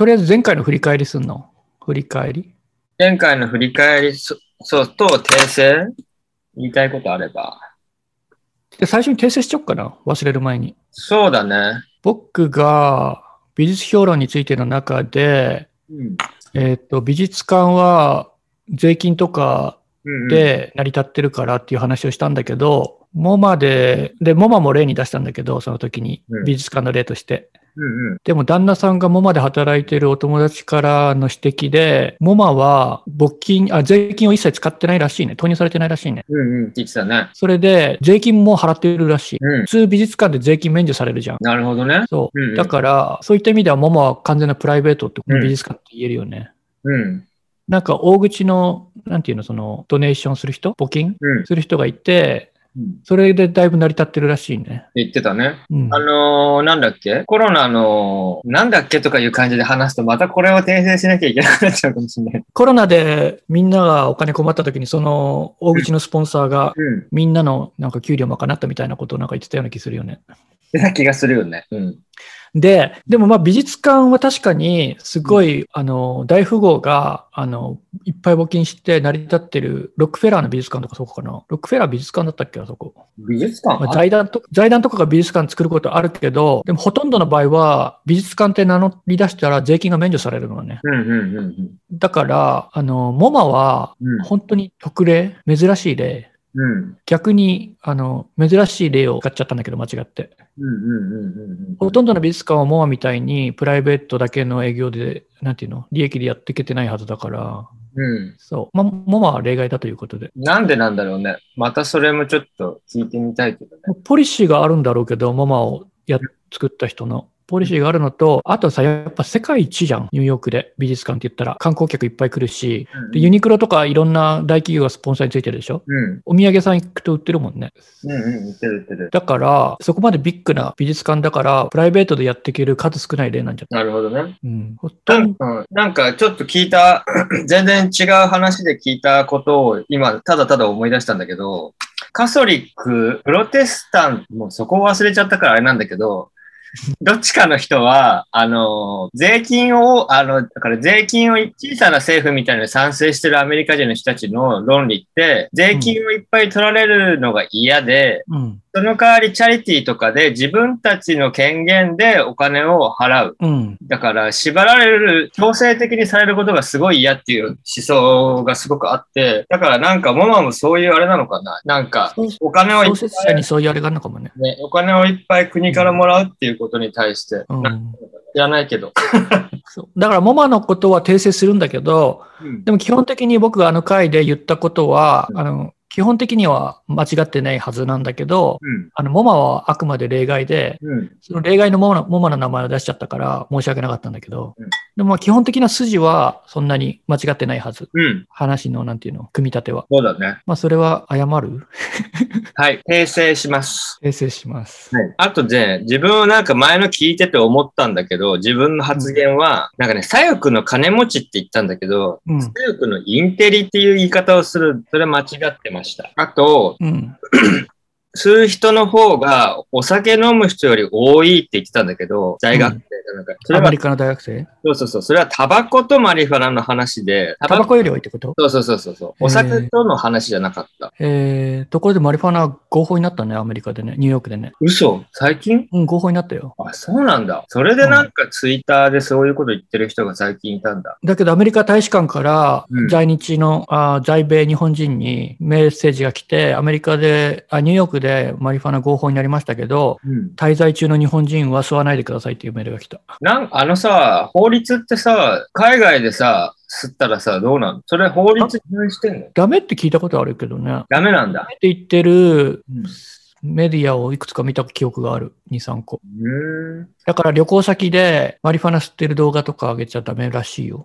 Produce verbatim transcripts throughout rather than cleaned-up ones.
とりあえず前回の振り返りすんの？振り返り前回の振り返り、そそうと訂正言いたいことあれば。 で最初に訂正しちゃおっかな、忘れる前に。 そうだね。 僕が美術評論についての中で、 うん。 えっと、美術館は税金とかうんうん。 で成り立ってるからっていう話をしたんだけど、モマで、で、モマも例に出したんだけど、その時にうん美術館の例として。 うんうん。 でも旦那さんがモマで働いてるお友達からの指摘で、モマは募金、あ、税金を一切使ってないらしいね。投入されてないらしいね。 うんうんって言ってたね。 それで、税金も払っているらしい。 うん普通美術館で税金免除されるじゃん。 なるほどね。 そう。 うんうんだから、そういった意味では、モマは完全なプライベートって美術館って言えるよね。 うんなんか、大口の、なんていうの、その、ドネーションする人募金うん。 する人がいて、 うんそれでだいぶ成り立ってるらしいね。 言ってたね。 うん。 あのー、なんだっけコロナの、なんだっけとかいう感じで話すと、またこれを訂正しなきゃいけなくなっちゃうかもしれない。 コロナでみんながお金困った時に、その、大口のスポンサーが、 うん。 みんなのなんか給料賄ったみたいなことをなんか言ってたような気するよね。 ってな気がするよね。うん。 で、でもまあ美術館は確かにすごい、あの、大富豪が、あの、いっぱい募金して成り立ってるロックフェラーの美術館とかそこかな。ロックフェラー美術館だったっけあそこ。 美術館、 まあ、財団と、財団とかが美術館作ることあるけど、でもほとんどの場合は美術館って名乗り出したら税金が免除されるのはね。 うんうんうんうん。 だから、あの、モマはうん本当に特例、珍しい例。 うん逆に、あの、珍しい例を使っちゃったんだけど、間違って。 うんうんうんうんほとんどの美術館はモマみたいにプライベートだけの営業で、なんていうの、利益でやっていけてないはずだから、 うん。 そう。まあ、モマは例外だということで。 なんでなんだろうね。またそれもちょっと聞いてみたいけどね。 ポリシーがあるんだろうけど、モマをや作った人の。ポリシーがあるのと、あとさ、やっぱ世界一じゃん。ニューヨークで美術館って言ったら観光客いっぱい来るし、でユニクロとかいろんな大企業がスポンサーについてるでしょ。 うん。 お土産さん行くと売ってるもんね。 うんうん、言ってる言ってる。 だから、そこまでビッグな美術館だから、プライベートでやっていける数少ない例なんじゃない？ なるほどね。 うん。ほとなんんかなんかちょっと聞いた、全然違う話で聞いたことを今、ただただ思い出したんだけど、カソリック、プロテスタント、もうそこを忘れちゃったからあれなんだけど、どっちかの人は、あの、税金を、あの、だから税金を小さな政府みたいなのに賛成してるアメリカ人の人たちの論理って、税金をいっぱい取られるのが嫌で、 うん。 その代わりチャリティーとかで自分たちの権限でお金を払う。 うん。 だから縛られる、強制的にされることがすごい嫌っていう思想がすごくあって、だからなんかモマもそういうあれなのかな。なんかお金をいっ創設者にそういうあれがあるのかもね。 ぱい、ね、お金をいっぱい国からもらうっていうことに対して、 うん。 なんか知らないけど。 そうだから、モマのことは訂正するんだけど、 うんでも基本的に僕があの回で言ったことは、 うんあの、基本的には間違ってないはずなんだけど、 うんあの、モマはあくまで例外で、 うんその例外のモマのモマの名前を出しちゃったから申し訳なかったんだけど、 うんでもまあ基本的な筋はそんなに間違ってないはず。 うん話の、なんていうの、組み立ては。 そうだね。 まあそれは謝るはい。訂正します。 訂正します。 はい。あとで、自分はなんか前の聞いてて思ったんだけど、自分の発言は、なんかね、左翼の金持ちって言ったんだけど、 うん。 左翼のインテリっていう言い方をする、それ間違ってました。あと、 うん。 吸う人の方がお酒飲む人より多いって言ってたんだけど、大学生かなんか。それはアメリカの大学生そうそうそう。それはタバコとマリファナの話で、 タバコより多いってこと？ そうそうそうそうそう。お酒との話じゃなかった。 えー、ところでマリファナ合法になったね、アメリカでね、ニューヨークでね。 嘘最近うん、合法になったよ。 あ、そうなんだ。それでなんかツイッターでそういうこと言ってる人が最近いたんだ。 だけどアメリカ大使館からうん在日の、あ在米日本人にメッセージが来て、アメリカで、あニューヨークでマリファナ合法になりましたけど、 うん。 滞在中の日本人は吸わないでくださいっていうメールが来た。 なんあのさ、法律ってさ、海外でさ、吸ったらさ、どうなの？それ法律に反してんの？ ダメって聞いたことあるけどね。 ダメなんだ。 って言ってるうん。 メディアをいくつか見た記憶がある。に、さんこ。 うーん。 だから旅行先でマリファナ吸ってる動画とか上げちゃダメらしいよ。 ああ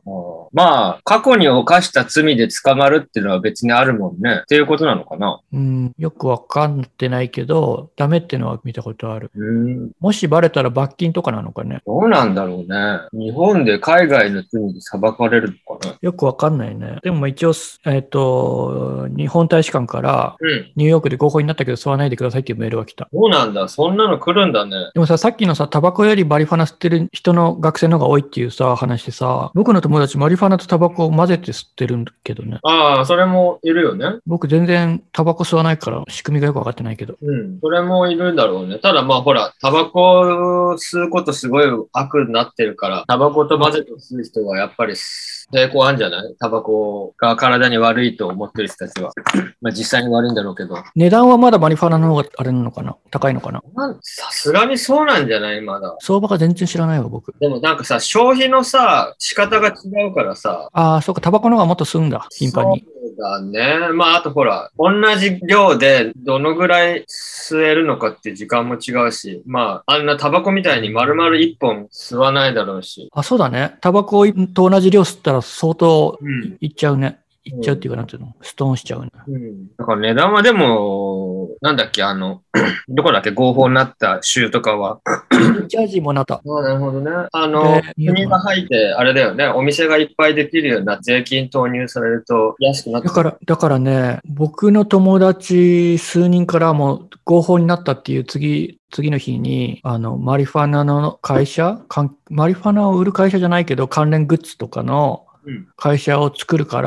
まあ、過去に犯した罪で捕まるっていうのは別にあるもんね。っていうことなのかな。 うん、よくわかってないけど、ダメっていうのは見たことある。 うーん。 もしバレたら罰金とかなのかね。 どうなんだろうね。日本で海外の罪で裁かれるのかな。 よくわかんないね。でも一応、えっと、日本大使館からうん。 ニューヨークで合法になったけど吸わないでくださいっていうメールが来た。 そうなんだ。そんなの来るんだね。 でもさ、さっきのさ、タバコよりマリファナ吸ってる人の学生の方が多いっていうさ、話でさ、僕の友達マリファナとタバコを混ぜて吸ってるんだけどね。 ああ、それもいるよね。 僕全然タバコ吸わないから仕組みがよくわかってないけど。 うん。それもいるんだろうね。ただまあほら、タバコ吸うことすごい悪になってるから、タバコと混ぜて吸う人はやっぱり抵抗あるんじゃない？タバコが体に悪いと思ってる人たちは。まあ実際に悪いんだろうけど。 値段はまだマリファナの方があれなのかな？高いのかな？ なんさすがにそうなんじゃないまだ。 相場が全然知らないわ、僕。 でもなんかさ、消費のさ、仕方が違うからさ。 ああ、そうか、タバコの方がもっと吸うんだ、頻繁に。 そうだね。まああとほら、同じ量でどのぐらい吸えるのかっていう時間も違うし、まああんなタバコみたいに丸々一本吸わないだろうし。 あ、そうだね。タバコと同じ量吸ったら相当うんいっちゃうね。いっちゃうっていうか、なんていうの、ストーンしちゃうね。 うん。だから値段はでも、なんだっけ、あの、どこだっけ、合法になった州とかは。 ニュージャージーもなった。 ああ、なるほどね。あの、 で国が入って、あれだよね、お店がいっぱいできるような税金投入されると安くなってだから、だからね、僕の友達数人からも合法になったっていう次、次の日に、あの、マリファナの会社、かんマリファナを売る会社じゃないけど、関連グッズとかのうん会社を作るから、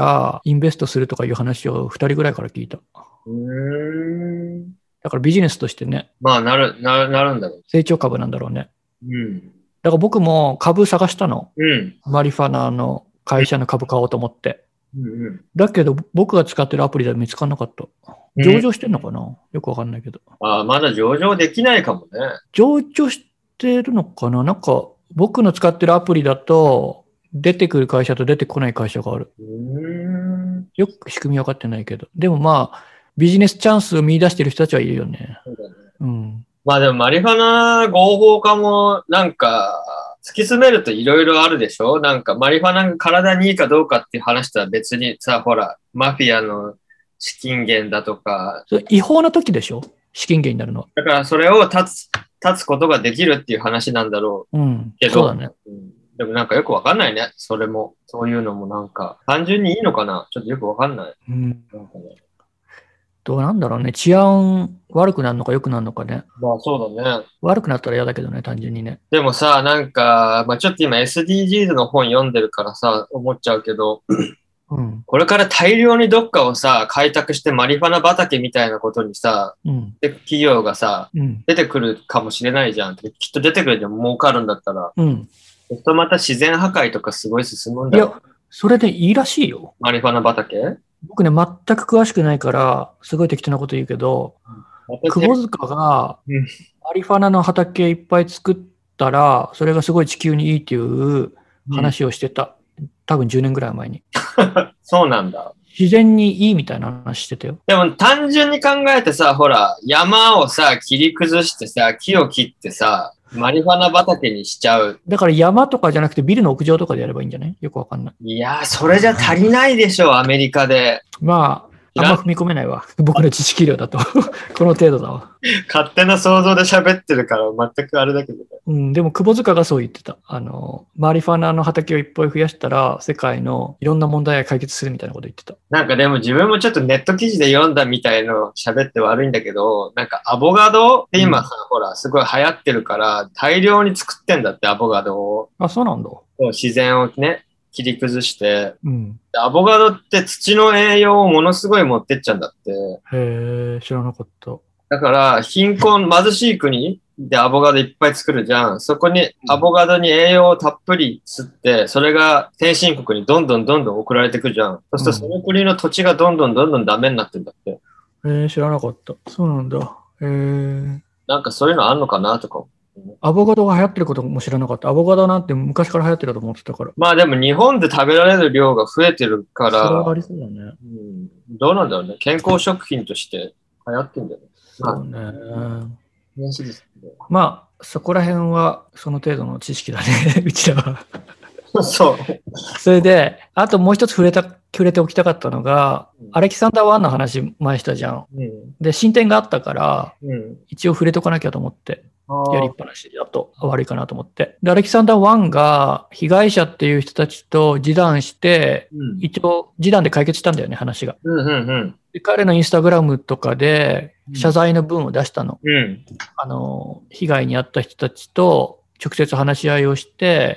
インベストするとかいう話をふたりぐらいから聞いた。 うーん。 だからビジネスとしてね、 まあ、なる、なる、なるんだろう。 成長株なんだろうね。 うん。 だから僕も株探したの。 うん。 マリファナの会社の株買おうと思って。 うんうん。 だけど僕が使ってるアプリでは見つからなかった。上場してんのかな、よくわかんないけど。 ああ、まだ上場できないかもね。 上場してるのかな、なんか僕の使ってるアプリだと出てくる会社と出てこない会社がある。 うーん。 よく仕組み分かってないけど。でもまあ、ビジネスチャンスを見出してる人たちはいるよね。 そうだね。 うん。 まあでもマリファナ合法化もなんか突き詰めるといろいろあるでしょ。なんかマリファナが体にいいかどうかっていう話とは別にさ、ほら、マフィアの資金源だとか。 それ違法な時でしょ、資金源になるのは。 だからそれを断つ、断つことができるっていう話なんだろううん。 けど。 そうだね。 うんでもなんかよくわかんないね。それも、そういうのもなんか、単純にいいのかなちょっとよくわかんない。 うん。 なんかね。 どうなんだろうね。治安悪くなるのか良くなるのかね。 まあそうだね。 悪くなったら嫌だけどね、単純にね。 でもさ、なんか、まあちょっと今 エスディージーズ の本読んでるからさ、思っちゃうけど、 うん。 これから大量にどっかをさ、開拓してマリファナ畑みたいなことにさ、 うん。 で企業がさ、 うん。き出てくるかもしれないじゃん。きっと出てくるでも儲かるんだったら、 うん。 きっとまた自然破壊とかすごい進むんいだよ。 や、それでいいらしいよ。 マリファナ畑僕ね、全く詳しくないから、すごい適当なこと言うけど、窪塚がうんマリファナの畑いっぱい作ったら、それがすごい地球にいいっていう話をしてた。多分じゅうねんぐらい前に。 そうなんだ。 自然にいいみたいな話してたよ。 でも単純に考えてさ、ほら、山をさ、切り崩してさ、木を切ってさ、マリファナ畑にしちゃう。 だから山とかじゃなくてビルの屋上とかでやればいいんじゃない？よくわかんない。 いやー、それじゃ足りないでしょ、アメリカで。 まあ、あんま踏み込めないわ。僕の知識量だと。この程度だわ。 勝手な想像で喋ってるから全くあれだけどね。 うん、でも窪塚がそう言ってた。あの、マリファナの畑をいっぱい増やしたら、世界のいろんな問題が解決するみたいなこと言ってた。 なんかでも自分もちょっとネット記事で読んだみたいの喋って悪いんだけど、なんかアボカドって今さ、うん、ほら、すごい流行ってるから大量に作ってんだって、アボカドを。 あ、そうなんだ。 自然をね、切り崩して、 うん、 アボカドって土の栄養をものすごい持ってっちゃうんだって。 へー、知らなかった。 だから、貧困、貧しい国でアボカドいっぱい作るじゃん。そこにアボカドに栄養をたっぷり吸って、それが先進国にどんどんどんどん送られてくじゃん。そうするとその国の土地がどんどんどんどんダメになってんだって。 えー、知らなかった。そうなんだ。えー、 なんかそういうのあんのかなとか。 アボカドが流行ってることも知らなかった。アボカドなんて昔から流行ってると思ってたから。 まあでも日本で食べられる量が増えてるから、 それはありそうだね。 うん、どうなんだろうね。健康食品として流行ってんだよね。 そうね。 話ですけど。 まあ、そこら辺はその程度の知識だね、うちらは。 そう。 それで、 あともう一つ触れた、触れておきたかったのが、 うんアレキサンダーワンの話前したじゃん。 うん。 で、進展があったから、 うん。 一応触れとかなきゃと思って、 あやりっぱなしだと悪いかなと思って。で、アレキサンダーワンが被害者っていう人たちと示談して、 うん。 一応示談で解決したんだよね、話が。 うん。うん。 で彼のインスタグラムとかで謝罪の文を出したの。 うん。 あの、被害に遭った人たちと直接話し合いをして、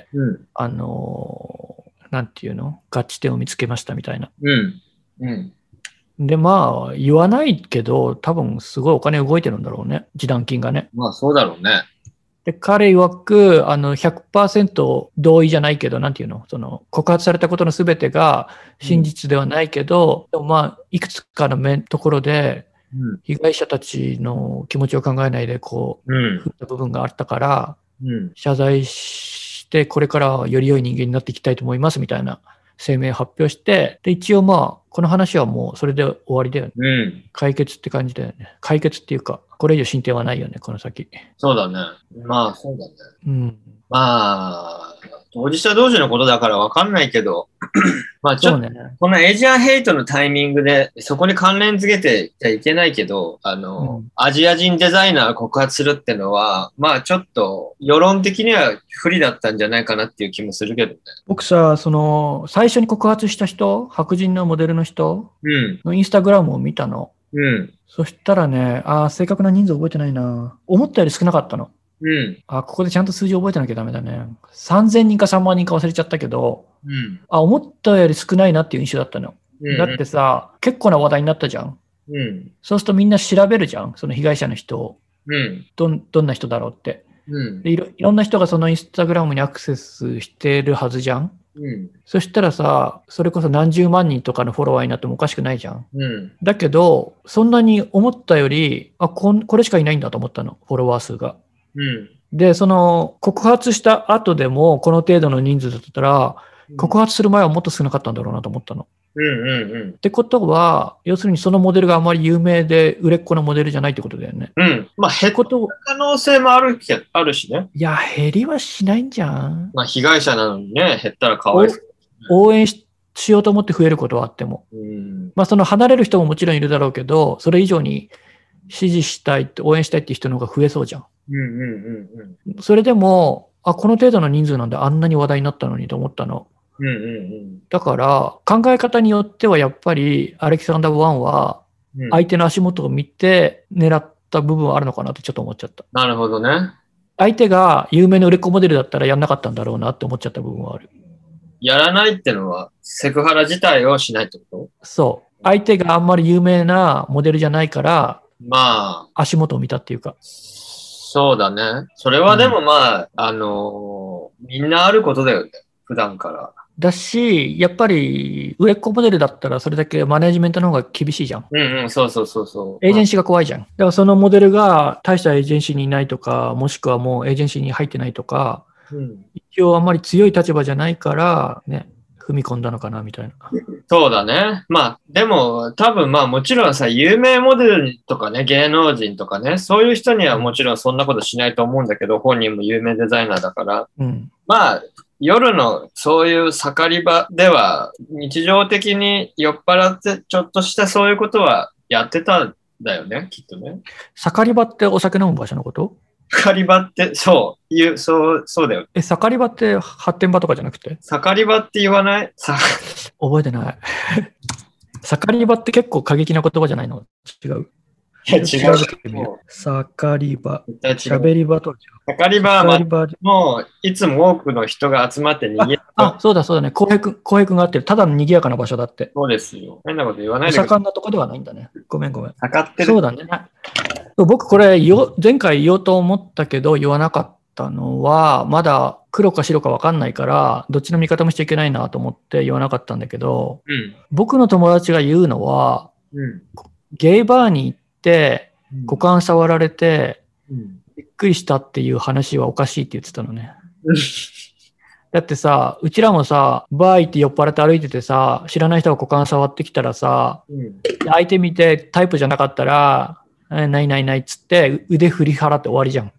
うん。 あの、なんていうの合致点を見つけましたみたいな。 うん。うん。 で、まあ、言わないけど、多分すごいお金動いてるんだろうね。示談金がね。 まあ、そうだろうね。 で、彼曰く、あの、ひゃくパーセント同意じゃないけど、なんていうのその、告発されたことのすべてが真実ではないけど、でもまあ、いくつかの面、ところで、 うん。 被害者たちの気持ちを考えないで、こう、 うん振。った部分があったから、 うん。 謝罪して、これからはより良い人間になっていきたいと思いますみたいな声明を発表して、で、一応まあ、この話はもうそれで終わりだよね。 うん。 解決って感じだよね。解決っていうか、これ以上進展はないよね、この先。 そうだね。まあ、そうだね。 うん。 まあ、当事者同士のことだからわかんないけど、まあちょっと、 そうね。 このエイジアンヘイトのタイミングで、そこに関連付けてちゃいけないけど、あの、 うんアジア人デザイナーを告発するってのは、まあちょっと、世論的には不利だったんじゃないかなっていう気もするけどね。 僕さ、その、最初に告発した人、白人のモデルの人うん、 のインスタグラムを見たの。 うん、 そしたらね、ああ、正確な人数覚えてないな。思ったより少なかったの。 うん、 あ、ここでちゃんと数字覚えてなきゃダメだね。さんぜんにんかさんまん人か忘れちゃったけど、 うん。 あ、思ったより少ないなっていう印象だったの。 うんだってさ、結構な話題になったじゃん。 うん、 そうするとみんな調べるじゃん。その被害者の人を。 うん、 どん、どんな人だろうって。 うん、 でいろ、いろんな人がそのインスタグラムにアクセスしてるはずじゃん。 うん、 そしたらさ、それこそ何十万人とかのフォロワーになってもおかしくないじゃん。 うん、 だけど、そんなに思ったより、あ、こん、これしかいないんだと思ったの。フォロワー数が。 うん。 で、その、告発した後でも、この程度の人数だったら、告発する前はもっと少なかったんだろうなと思ったの。 うん、うん、うん。 ってことは、要するにそのモデルがあまり有名で売れっ子のモデルじゃないってことだよね。 うん。まあ、減ったこと、 可能性もあるけ、あるしね。 いや、減りはしないんじゃん。 まあ、被害者なのにね、減ったらかわいそう。 応援ししようと思って増えることはあっても。 うん、 まあ、その離れる人ももちろんいるだろうけど、それ以上に支持したいって、応援したいっていう人の方が増えそうじゃん。 うん、うん、うん、うん。 それでも、あ、この程度の人数なんであんなに話題になったのにと思ったの。 うん、うん、 だから、考え方によってはやっぱり、アレキサンダーワンは、 うん。 相手の足元を見て狙った部分はあるのかなってちょっと思っちゃった。 なるほどね。 相手が有名な売れっ子モデルだったらやんなかったんだろうなって思っちゃった部分はある。 やらないってのは、セクハラ自体をしないってこそう。相手があんまり有名なモデルじゃないから、 と？まあ、 足元を見たっていうか。 そうだね。それはでもまあ、あのーみんなあることだよね。普段から。 だし、やっぱり売れっ子モデルだったらそれだけマネジメントの方が厳しいじゃん。 うんうん、そうそうそうそう。 エージェンシーが怖いじゃん。だからそのモデルが大したエージェンシーにいないとか、もしくはもうエージェンシーに入ってないとか、 うん、 一応あんまり強い立場じゃないから、ね、踏み込んだのかなみたいな。 そうだね。まあ、でも、多分まあもちろんさ、有名モデルとかね、芸能人とかね、そういう人にはもちろんそんなことしないと思うんだけど、本人も有名デザイナーだから。 うん。 まあ、夜のそういう盛り場では、日常的に酔っ払ってちょっとしたそういうことはやってたんだよね、きっとね。 盛り場ってお酒飲む場所のこと？ 盛り場って、そう、いう、そう、そうだよ。 え、盛り場って発展場とかじゃなくて？ 盛り場って言わないさ、 覚えてない。盛り場って結構過激な言葉じゃないの？違う。 いや違う調べてみよう。盛り場。 絶対違う。 喋り場と違う。 盛り場は、まあ盛り場でもう、いつも多くの人が集まって賑やあ、そうだそうだね。浩平君、浩平君があってる。ただの賑やかな場所だって。 そうですよ。変なこと言わないおでください。 盛んなとこではないんだね。ごめんごめん。 盛ってる。 そうだね。僕これよ、前回言おうと思ったけど言わなかったのは、まだ黒か白か分かんないから、どっちの味方もしちゃいけないなと思って言わなかったんだけど、 うん。 僕の友達が言うのは、 うん。 ゲイバーに行って股間触られてうん。 びっくりしたっていう話はおかしいって言ってたのね。 うんだってさ、うちらもさ、バー行って酔っ払って歩いててさ、知らない人が股間触ってきたらさ、 うん。 相手見てタイプじゃなかったら、えないないないっつって腕振り払って終わりじゃん。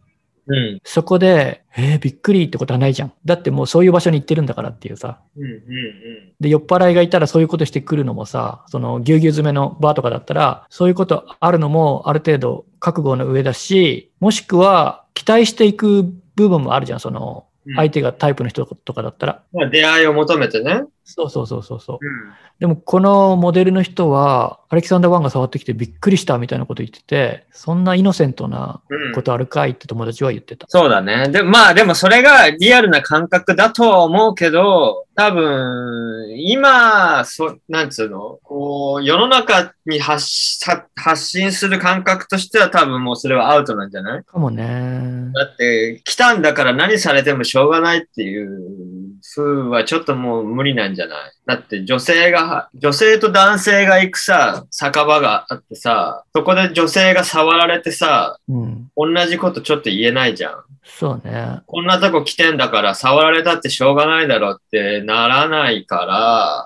うん。 そこで、えー、びっくりってことはないじゃん。だってもうそういう場所に行ってるんだからっていうさ。 うんうんうん。 で、酔っ払いがいたらそういうことしてくるのもさ、そのぎゅうぎゅう詰めのバーとかだったら、そういうことあるのもある程度覚悟の上だし、もしくは期待していく部分もあるじゃん、その、相手がタイプの人とかだったら。 まあ、出会いを求めてね。 そうそうそうそうそう。 うん。 でもこのモデルの人は、アレキサンダー・ワンが触ってきてびっくりしたみたいなこと言ってて、そんなイノセントなことあるかいって友達は言ってた。 そうだね。で、まあでもそれがリアルな感覚だとは思うけど、多分、今、そ、なんつうの、こう、世の中に発し発信する感覚としては多分もうそれはアウトなんじゃない？ かもね。 だって、来たんだから何されてもしょうがないっていう風はちょっともう無理なんじゃない？だって女性が、女性と男性が行くさ、酒場があってさ、そこで女性が触られてさ、 うん。 同じことちょっと言えないじゃん。 そうね。 こんなとこ来てんだから触られたってしょうがないだろうってならないから、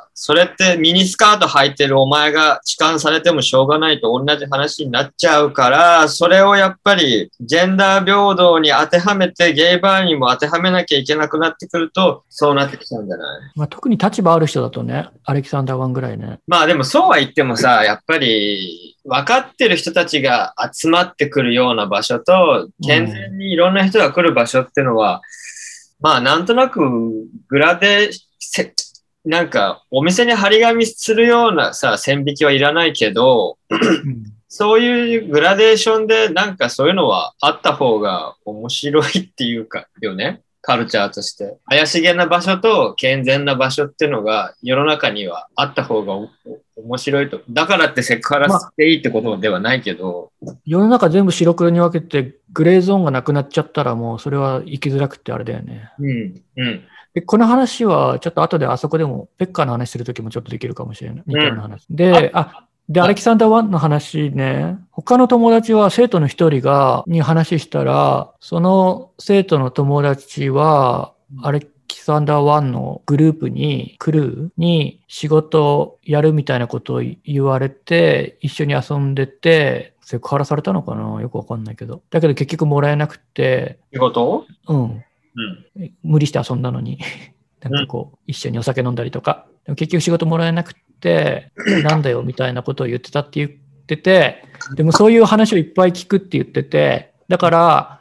それってミニスカート履いてるお前が痴漢されてもしょうがないと同じ話になっちゃうから、それをやっぱりジェンダー平等に当てはめてゲイバーにも当てはめなきゃいけなくなってくると、そうなってきたんじゃない？ まあ、特に立場ある人だとね、アレキサンダーワンぐらいね。 まあでもそうは言ってもさ、やっぱり分かってる人たちが集まってくるような場所と、健全にいろんな人が来る場所っていうのは、まあなんとなくグラデせ、なんかお店に張り紙するようなさ、線引きはいらないけど、そういうグラデーションでなんかそういうのはあった方が面白いっていうかよね。カルチャーとして。怪しげな場所と健全な場所っていうのが世の中にはあった方が面白いと。だからってセクハラしていいってことではないけど。 まあ、世の中全部白黒に分けてグレーゾーンがなくなっちゃったらもうそれは生きづらくってあれだよね。 うん。うん。 でこの話はちょっと後であそこでもペッカーの話するときもちょっとできるかもしれない。似たような話。うん、で、あ、で、アレキサンダーワンの話ね、他の友達は生徒の一人が、に話したら、その生徒の友達は、アレキサンダーワンのグループに、クルーに仕事をやるみたいなことを言われて、一緒に遊んでて、セクハラされたのかなよくわかんないけど。だけど結局もらえなくて。 仕事？ うん。 うん。 無理して遊んだのに。なんかこう、一緒にお酒飲んだりとか。でも結局仕事もらえなくて、なんだよみたいなことを言ってたって言ってて、でもそういう話をいっぱい聞くって言ってて、だから、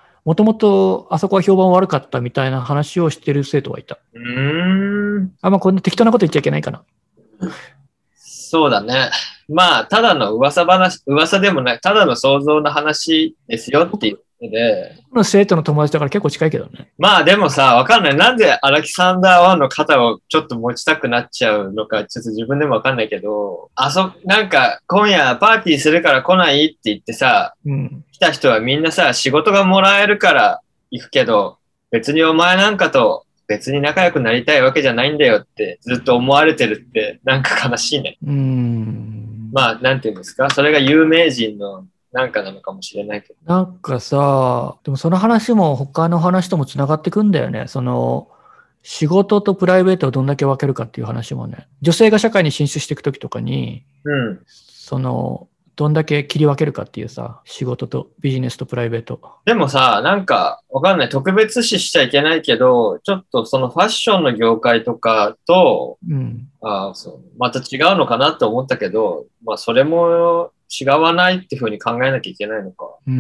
もともとあそこは評判悪かったみたいな話をしてる生徒がいた。 うーん。 あんまこんな適当なこと言っちゃいけないかな。 そうだね。まあ、ただの噂話、噂でもない、ただの想像の話ですよっていうので。 の生徒の友達だから結構近いけどね。 まあでもさ、わかんない。なんでアレキサンダーワンの肩をちょっと持ちたくなっちゃうのか、ちょっと自分でもわかんないけど、あそ、なんか、今夜パーティーするから来ないって言ってさ、うん、来た人はみんなさ、仕事がもらえるから行くけど、別にお前なんかと別に仲良くなりたいわけじゃないんだよってずっと思われてるって、なんか悲しいね。 うーん。 まあ、なんていうんですか、それが有名人のなんかなのかもしれないけど。 なんかさ、でもその話も他の話ともつながってくんだよね。その、仕事とプライベートをどんだけ分けるかっていう話もね。女性が社会に進出していくときとかに、 うん、 その、どんだけ切り分けるかっていうさ、仕事とビジネスとプライベート。 でもさ、なんか、わかんない。特別視しちゃいけないけど、ちょっとそのファッションの業界とかと、 うん、 あそう、また違うのかなと思ったけど、まあそれも違わないっていうふうに考えなきゃいけないのか。 うん。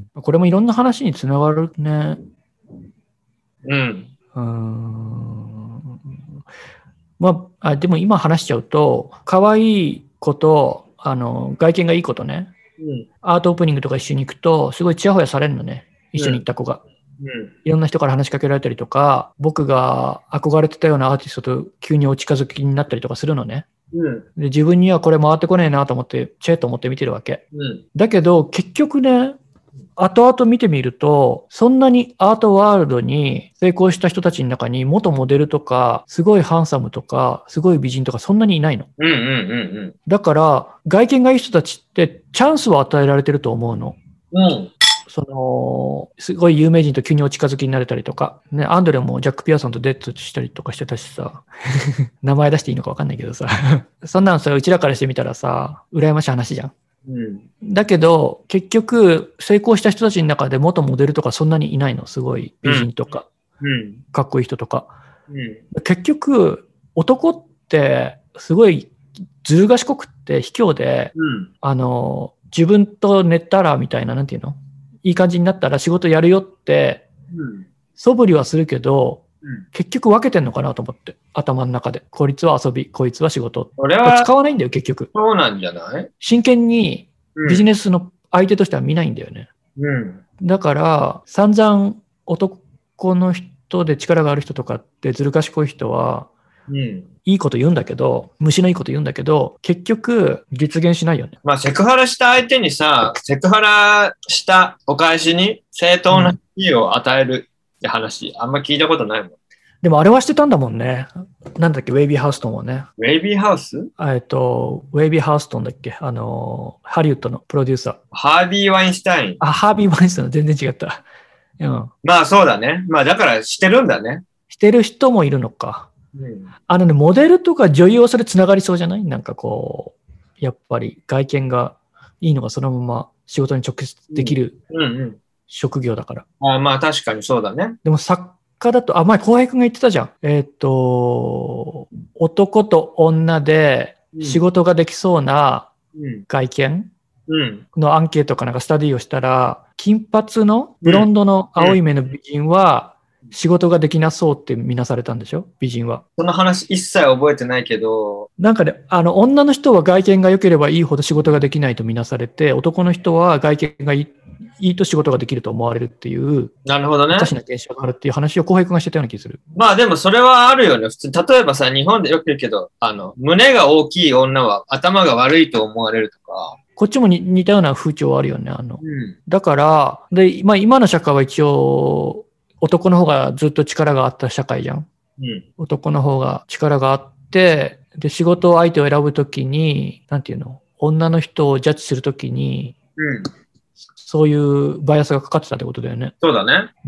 これもいろんな話につながるね。 うん。 うーん。まあ、あ、でも今話しちゃうと、可愛い子と、あの、外見がいい子とね、うん、アートオープニングとか一緒に行くと、すごいチヤホヤされるのね。一緒に行った子が。うんうん、いろんな人から話しかけられたりとか、僕が憧れてたようなアーティストと急にお近づきになったりとかするのね。うん、で自分にはこれ回ってこねえなと思って、チェーと思って見てるわけ。うん、だけど、結局ね、後々見てみると、そんなにアートワールドに成功した人たちの中に元モデルとか、すごいハンサムとか、すごい美人とかそんなにいないの。 うんうんうんうん、 だから、外見がいい人たちってチャンスを与えられてると思うの。うん、その、すごい有名人と急にお近づきになれたりとか、ね、アンドレもジャック・ピアソンとデートしたりとかしてたしさ、名前出していいのか分かんないけどさ、そんなのさ、うちらからしてみたらさ、羨ましい話じゃん。 うん。 だけど、結局、成功した人たちの中で元モデルとかそんなにいないの。すごい美人とか、 うん。 かっこいい人とか。 うん。 結局、男ってすごいずる賢くって卑怯で、 うん。 あの、自分と寝たらみたいな、なんていうの、いい感じになったら仕事やるよって、 うん。 素振りはするけど、 うん。 結局分けてんのかなと思って、頭の中で。こいつは遊び、こいつは仕事。 俺は使わないんだよ、結局。 そうなんじゃない？ 真剣にうん。 ビジネスの相手としては見ないんだよね。 うん。 だから、散々男の人で力がある人とかってずる賢い人は、 うん。 いいこと言うんだけど、虫のいいこと言うんだけど、結局実現しないよね。 まあ、セクハラした相手にさ、セクハラしたお返しに正当な意を与えるって話、あんま聞いたことないもん。 でもあれはしてたんだもんね。なんだっけ、ウェイビー・ハウストンはね。 ウェイビーハウス？ えっと、ウェイビー・ハウストンだっけ、あの、ハリウッドのプロデューサー。 ハービー・ワインスタイン。 あ、ハービー・ワインストン、全然違った。うん。 まあそうだね。まあだからしてるんだね。 してる人もいるのか。 うん。 あのね、モデルとか女優はそれつながりそうじゃない？なんかこう、やっぱり外見がいいのがそのまま仕事に直結できるうんうん。 職業だから。 あまあ確かにそうだね。 でも作家だと、あ、前、浩平君が言ってたじゃん。えっと、男と女で仕事ができそうなうん。 外見うん。 のアンケートかなんかスタディをしたら、金髪のブロンドの青い目の美人は仕事ができなそうって見なされたんでしょ？美人は。 その話一切覚えてないけど、 なんかね、あの、女の人は外見が良ければいいほど仕事ができないと見なされて、男の人は外見がいい、いいと仕事ができると思われるっていう、 なるほどねお。かしな現象があるっていう話を浩平君がしてたような気がする。 まあでもそれはあるよね。普通に。例えばさ、日本でよく言うけど、あの、胸が大きい女は頭が悪いと思われるとか。 こっちもに似たような風潮あるよね。あの、 うん。 だから、で、まあ今の社会は一応、男の方がずっと力があった社会じゃん。 うん。 男の方が力があって、で、仕事相手を選ぶときに、なんていうの、女の人をジャッジするときに、 うん。 そういうバイアスがかかってたってことだよね。 そうだね。 うん。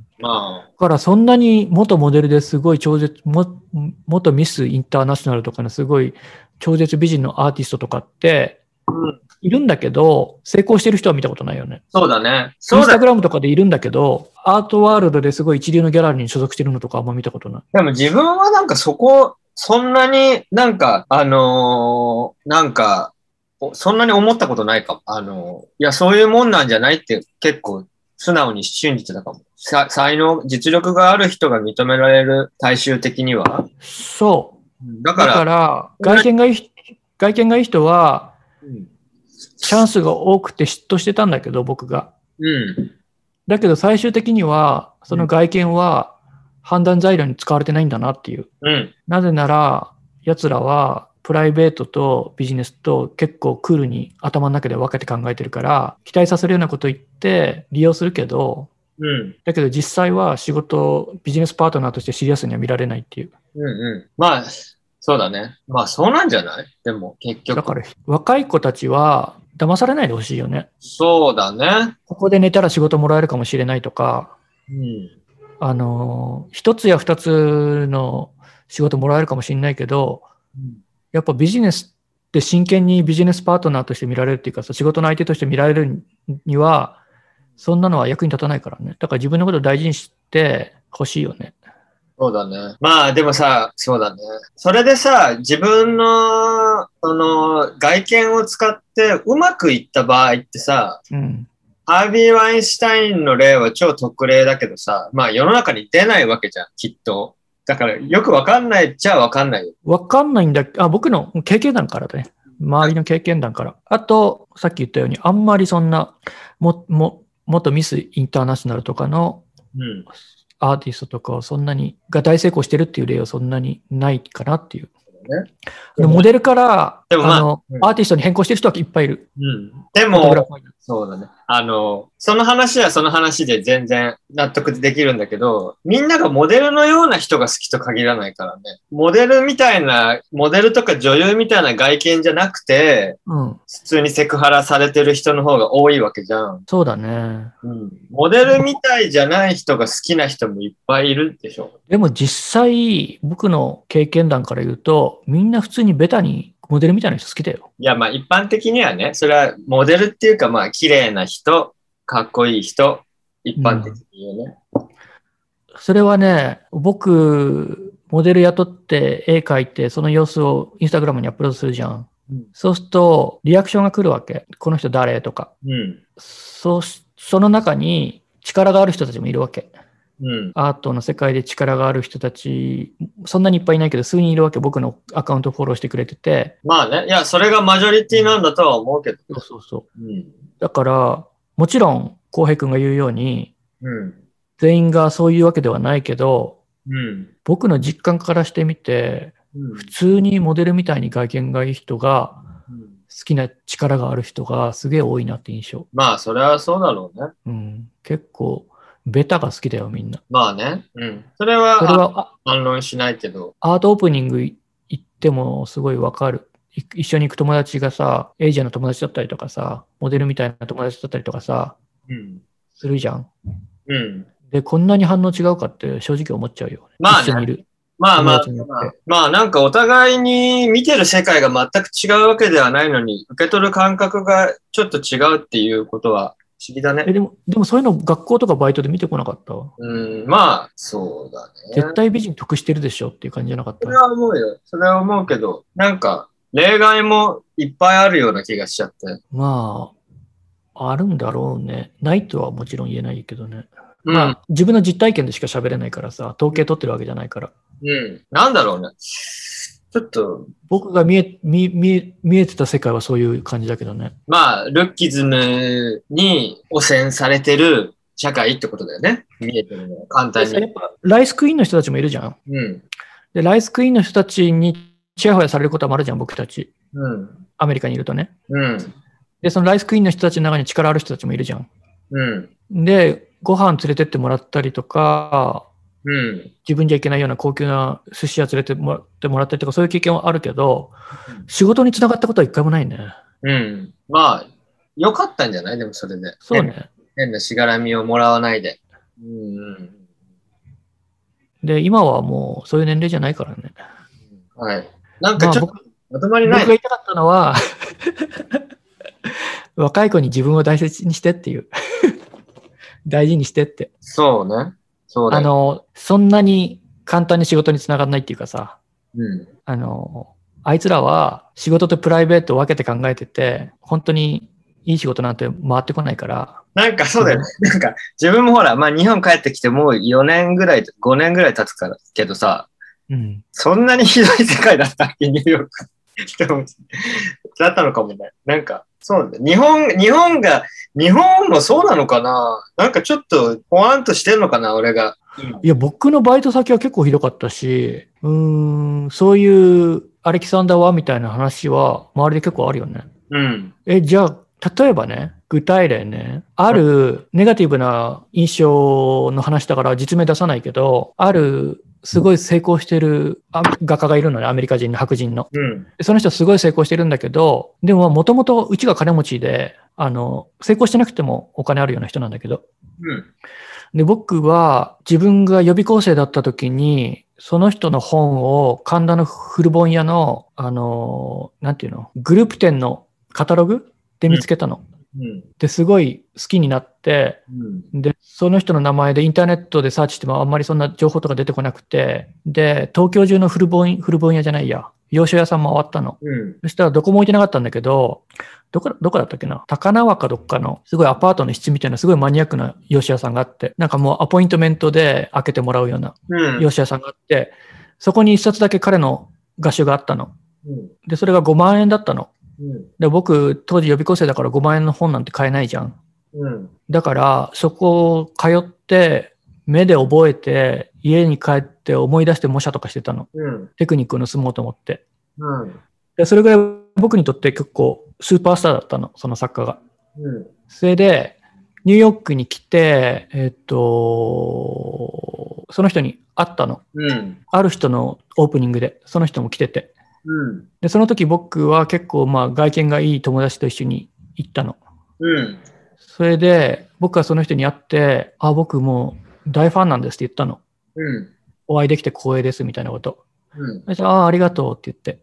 まあ。 だからそんなに元モデルですごい超絶、も元ミスインターナショナルとかのすごい超絶美人のアーティストとかってうん。 いるんだけど、成功してる人は見たことないよね。 そうだね。 イそうだ。 ンスタグラムとかでいるんだけど、アートワールドですごい一流のギャラリーに所属してるのとかあんま見たことない。 でも自分はなんかそこ、そんなになんか、あのーなんか、おそんなに思ったことないかも。あのーいや、そういうもんなんじゃないって結構素直に信じてたかも。さ才能、実力がある人が認められる大衆的には。 そう。 だから、 だから、外見がいい、外見がいい人は、 うん。 チャンスが多くて嫉妬してたんだけど、僕が。 うん。 だけど最終的には、その外見は判断材料に使われてないんだなっていう。 うん。 なぜなら、奴らはプライベートとビジネスと結構クールに頭の中で分けて考えてるから、期待させるようなこと言って利用するけど、 うん。 だけど実際は仕事、ビジネスパートナーとしてシリアスには見られないっていう。 うんうん。まあ、そうだね。まあ、そうなんじゃない？でも、結局。 だから若い子たちは騙されないでほしいよね。 そうだね。 ここで寝たら仕事もらえるかもしれないとか、 うん。 あの、一つや二つの仕事もらえるかもしれないけど、やっぱビジネスって真剣にビジネスパートナーとして見られるっていうかさ、仕事の相手として見られるには、そんなのは役に立たないからね。だから自分のことを大事にしてほしいよね。 そうだね。まあ、でもさ、そうだね。それでさ、自分の、その、外見を使ってうまくいった場合ってさ、 うん。 ハービー・ワインシュタインの例は超特例だけどさ、まあ世の中に出ないわけじゃん、きっと。だからよくわかんないっちゃわかんないよ。 わかんないんだあ、僕の経験談からだね。周りの経験談から。あと、さっき言ったように、あんまりそんな、も、も、元ミスインターナショナルとかのうん。 アーティストとかをそんなに、が大成功してるっていう例はそんなにないかなっていう。 ね、 でモデルから、 でもまああの、 うんアーティストに変更してる人はいっぱいいる。 うん。でも、そうだね。あの、その話はその話で全然納得できるんだけど、みんながモデルのような人が好きと限らないからね。モデルみたいな、モデルとか女優みたいな外見じゃなくて、 うん。 普通にセクハラされてる人の方が多いわけじゃん。 そうだね。 うん。モデルみたいじゃない人が好きな人もいっぱいいるでしょ。 でも実際、僕の経験談から言うと、みんな普通にベタにモデルみたいな人好きだよ。 いや、まあ一般的にはね、それはモデルっていうか、まあ綺麗な人、かっこいい人、一般的に言うね。 うん、それはね、僕、モデル雇って絵描いて、その様子をインスタグラムにアップロードするじゃん。うん、そうすると、リアクションが来るわけ。この人誰とか。うん、そその中に力がある人たちもいるわけ。うん、アートの世界で力がある人たち、そんなにいっぱいいないけど、数人いるわけ。僕のアカウントフォローしてくれてて。 まあね、いや、それがマジョリティなんだとは思うけど。 そうそうそう。うん、だから、もちろん、浩平君が言うように、うん、全員がそういうわけではないけど、うん、僕の実感からしてみて、うん、普通にモデルみたいに外見がいい人が、うん、好きな力がある人がすげえ多いなって印象。 まあ、それはそうだろうね。 うん、結構、ベタが好きだよ、みんな。 まあね。うん。それは、それは反論しないけど。 アートオープニング行ってもすごいわかる。一緒に行く友達がさ、エイジアの友達だったりとかさ、モデルみたいな友達だったりとかさ、うん、するじゃん。うん。で、こんなに反応違うかって正直思っちゃうよ。 まあ、ね、 一緒にいる。 まあまあ、まあ、まあなんかお互いに見てる世界が全く違うわけではないのに、受け取る感覚がちょっと違うっていうことは不思議だね。 えでも、でもそういうの学校とかバイトで見てこなかったわ。 うん、まあ、そうだね。 絶対美人得してるでしょっていう感じじゃなかった。 それは思うよ。それは思うけど、なんか、例外もいっぱいあるような気がしちゃって。 まあ、あるんだろうね。ないとはもちろん言えないけどね。うん、まあ、自分の実体験でしか喋れないからさ、統計取ってるわけじゃないから。 うん。なんだろうね。ちょっと。 僕が見え、見、見、見えてた世界はそういう感じだけどね。 まあ、ルッキズムに汚染されてる社会ってことだよね。見えてるのは簡単に。 やっぱライスクイーンの人たちもいるじゃん。うん。で、ライスクイーンの人たちにチヤホヤされることもあるじゃん、僕たち。うん。アメリカにいるとね。うん。で、そのライスクイーンの人たちの中に力ある人たちもいるじゃん。うん。で、ご飯連れてってもらったりとか、うん、自分じゃいけないような高級な寿司屋連れてもらってもらったりとか、そういう経験はあるけど、うん、仕事につながったことは一回もないね。 うん。まあ、よかったんじゃないでもそれで。 そうね。 変なしがらみをもらわないで。うん。 で、今はもうそういう年齢じゃないからね。 はい。なんかちょっと、まとまりない。 僕が言いたかったのは、若い子に自分を大切にしてっていう。大事にしてって。 そうね。そうだあの、そんなに簡単に仕事につながらないっていうかさ、うん、あの、あいつらは仕事とプライベートを分けて考えてて、本当にいい仕事なんて回ってこないから。 なんかそうだよね。なんか自分もほら、まあ日本帰ってきてもうよねんぐらい、ごねんぐらい経つからけどさ、うん、そんなにひどい世界だったっけ、ニューヨーク。だったのかもね。なんか、そうだ。日本、日本が、日本もそうなのかな？なんかちょっと、ポワンとしてんのかな、俺が。 いや、僕のバイト先は結構ひどかったし、うーん、そういうアレキサンダー・ワンみたいな話は周りで結構あるよね。うん。え、じゃあ、例えばね、具体例ね、あるネガティブな印象の話だから実名出さないけど、あるすごい成功してる画家がいるのね、アメリカ人の白人の。うん、その人すごい成功してるんだけど、でももともとうちが金持ちで、あの、成功してなくてもお金あるような人なんだけど。うん、で、僕は自分が予備校生だった時に、その人の本を神田の古本屋の、あの、なんていうの、グループ店のカタログで見つけたの。うん、ですごい好きになって、うん、でその人の名前でインターネットでサーチしてもあんまりそんな情報とか出てこなくて、で東京中の古本古本屋じゃないや洋書屋さん回ったの、うん、そしたらどこも置いてなかったんだけど、どこどこだったっけな、高輪かどっかのすごいアパートの室みたいなすごいマニアックな洋書屋さんがあって、なんかもうアポイントメントで開けてもらうような洋書屋さんがあって、そこに一冊だけ彼の画集があったの、うん、でそれがごまんえんだったの。うん、で僕当時予備校生だからごまんえんの本なんて買えないじゃん、うん、だからそこを通って目で覚えて家に帰って思い出して模写とかしてたの、うん、テクニックを盗もうと思って、うん、でそれぐらい僕にとって結構スーパースターだったの、その作家が、うん、それでニューヨークに来てえっとその人に会ったの、うん、ある人のオープニングでその人も来てて、うん、でその時僕は結構まあ外見がいい友達と一緒に行ったの、うん、それで僕はその人に会ってあ僕もう大ファンなんですって言ったの、うん、お会いできて光栄ですみたいなこと、うん、ああありがとうって言って、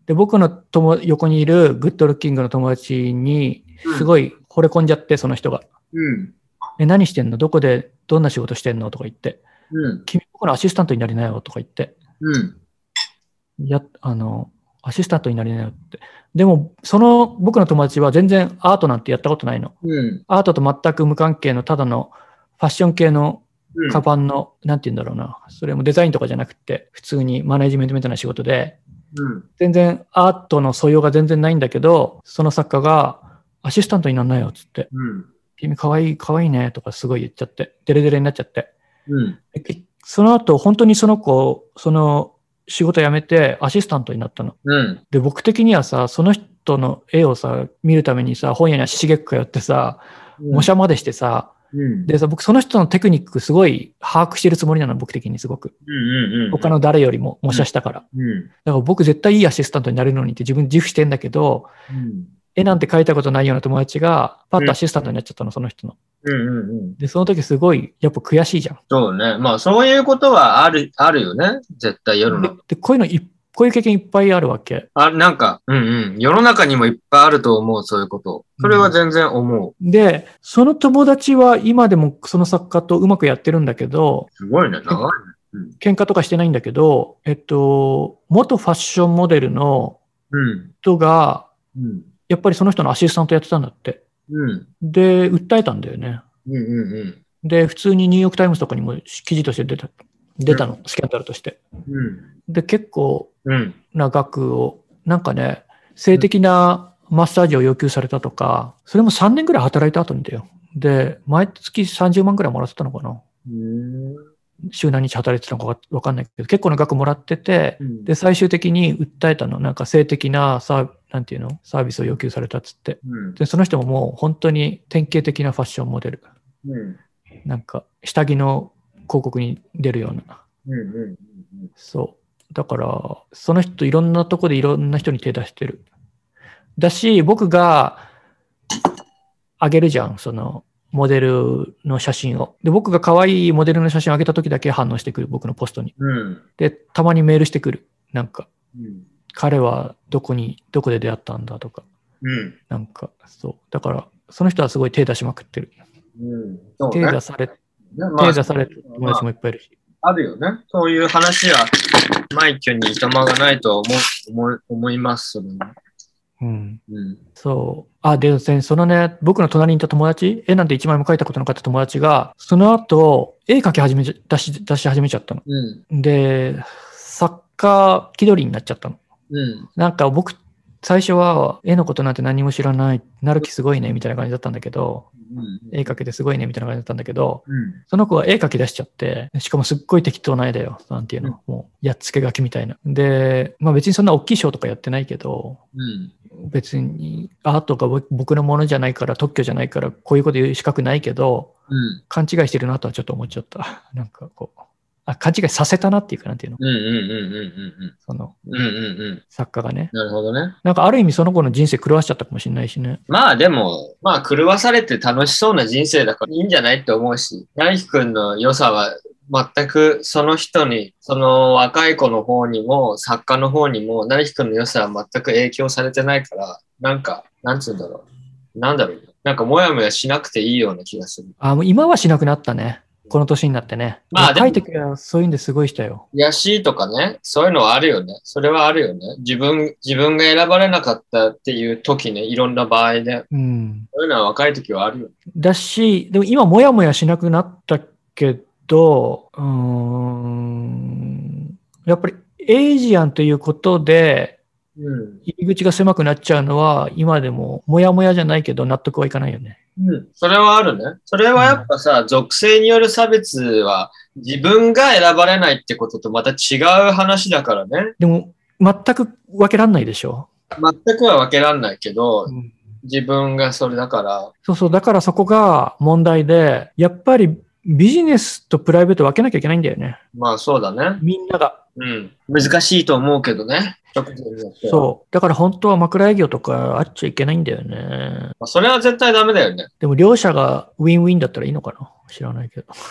で、僕の友横にいるグッドルッキングの友達に、すごい惚れ込んじゃって、その人が。 うん。 え、何してんの？どこで、どんな仕事してんの？とか言って。 うん。 君、僕のアシスタントになりなよとか言って。 うん。 や、あの、アシスタントになりなよって。でも、その僕の友達は全然アートなんてやったことないの。 うん。 アートと全く無関係のただのファッション系のうん。 カバンの、なんて言うんだろうな。それもデザインとかじゃなくて、普通にマネジメントみたいな仕事で、 うん。 全然アートの素養が全然ないんだけど、その作家がアシスタントになんなよっつって、 うん。 君かわいい、かわいいねとかすごい言っちゃって、デレデレになっちゃって。 うん。 その後、本当にその子、その仕事辞めてアシスタントになったの。 うん。 で、僕的にはさ、その人の絵をさ、見るためにさ、本屋に足しげく通ってさ、模写までしてさ、 うん。 でさ、僕その人のテクニックすごい把握してるつもりなの、僕的にすごく。 うんうんうん。 他の誰よりも模写したから。 うん。 だから僕絶対いいアシスタントになれるのにって自分自負してんだけど、 うん。 絵なんて描いたことないような友達が、パッとアシスタントになっちゃったの、その人の。 うんうんうん。 で、その時すごい、やっぱ悔しいじゃん。 そうね。まあ、そういうことはある、あるよね。絶対世ので中。 で、こういうのい、こういう経験いっぱいあるわけ。 あ、なんか、うんうん。世の中にもいっぱいあると思う、そういうこと。それは全然思う。 で、その友達は今でもその作家とうまくやってるんだけど、 すごいね。長いね。うん。 喧嘩とかしてないんだけど、えっと、元ファッションモデルのうん。 人が、 うん。 やっぱりその人のアシスタントやってたんだって。 うん。 で、訴えたんだよね。 うんうんで、普通にニューヨークタイムズとかにも記事として出た、出たの、スキャンダルとして。 うん。 で、結構うん。 な額を、なんかね、性的なマッサージを要求されたとか、それもさんねんぐらい働いた後にだよ。で、毎月さんじゅうまんぐらいもらってたのかな。 うん週何日働いてたのかわかんないけど、結構な額もらってて、 うん、 で、最終的に訴えたの、なんか性的なサー、なんていうの、サービスを要求されたっつって。 うん、 で、その人ももう本当に典型的なファッションモデル。 うん、 なんか、下着の広告に出るような。 うんうんうん、 そう。だから、その人いろんなとこでいろんな人に手出してる。だし、僕があげるじゃん、その、モデルの写真を。で、僕が可愛いモデルの写真を上げた時だけ反応してくる、僕のポストに。 うん、 で、たまにメールしてくる。なんか、 うん、 彼はどこに、どこで出会ったんだとか。 うん、 なんか、そう。だから、その人はすごい手出しまくってる。 うんそう手ね出され、 ねまあ手出される友達もいっぱいいるし。 あるよね。そういう話は、枚挙にいとまがないと思う思い思います。それねうん。 うん、 そう。あ、で、そのね、僕の隣にいた友達、絵なんて一枚も描いたことなかった友達が、その後、絵描き始めちゃ、出し、出し始めちゃったの。 うん、 で、作家気取りになっちゃったの。 うん、 なんか僕、最初は絵のことなんて何も知らない、なる気すごいね、みたいな感じだったんだけど、 うん、 絵描けてすごいね、みたいな感じだったんだけど、 うん、 その子は絵描き出しちゃって、しかもすっごい適当な絵だよ。なんていうの、もう、やっつけ書きみたいな。で、まあ別にそんな大きい賞とかやってないけど、 うん別にアートが僕のものじゃないから、特許じゃないから、こういうこと言う資格ないけど、 うん、 勘違いしてるなとはちょっと思っちゃった。なんかこう、あ、勘違いさせたなっていうかなんていうの、 うん、うん、うん、うん、 その、 うん、うん、うん。 作家がね。 なるほどね。 なんかある意味その子の人生狂わしちゃったかもしれないしね。 まあでも、まあ狂わされて楽しそうな人生だからいいんじゃないって思うし、大輝くんの良さは全くその人に、その若い子の方にも作家の方にも、大輝くんの良さは全く影響されてないから、なんか、なんつうんだろう。なんだろう。なんかもやもやしなくていいような気がする。 あ、もう今はしなくなったね。この年になってね。 まあでも若い時はそういうんですごいしたよ。 悔しいとかね、そういうのはあるよね。それはあるよね。自分、自分が選ばれなかったっていう時ね、いろんな場合で。 うん。 そういうのは若い時はあるよね。 だし、でも今もやもやしなくなったけど、うーん、やっぱりエイジアンということで、 うん。 入り口が狭くなっちゃうのは、今でももやもやじゃないけど納得はいかないよね。 うん。それはあるね。それはやっぱさ、属性による差別は自分が選ばれないってこととまた違う話だからね。 でも、全く分けらんないでしょ。 全くは分けらんないけど、 うん、 自分がそれだから。 そうそう、だからそこが問題で、やっぱりビジネスとプライベート分けなきゃいけないんだよね。 まあそうだね。 みんなが。 うん。難しいと思うけどね。 そう。だから本当は枕営業とかあっちゃいけないんだよね。 それは絶対ダメだよね。 でも両者がウィンウィンだったらいいのかな、知らないけど。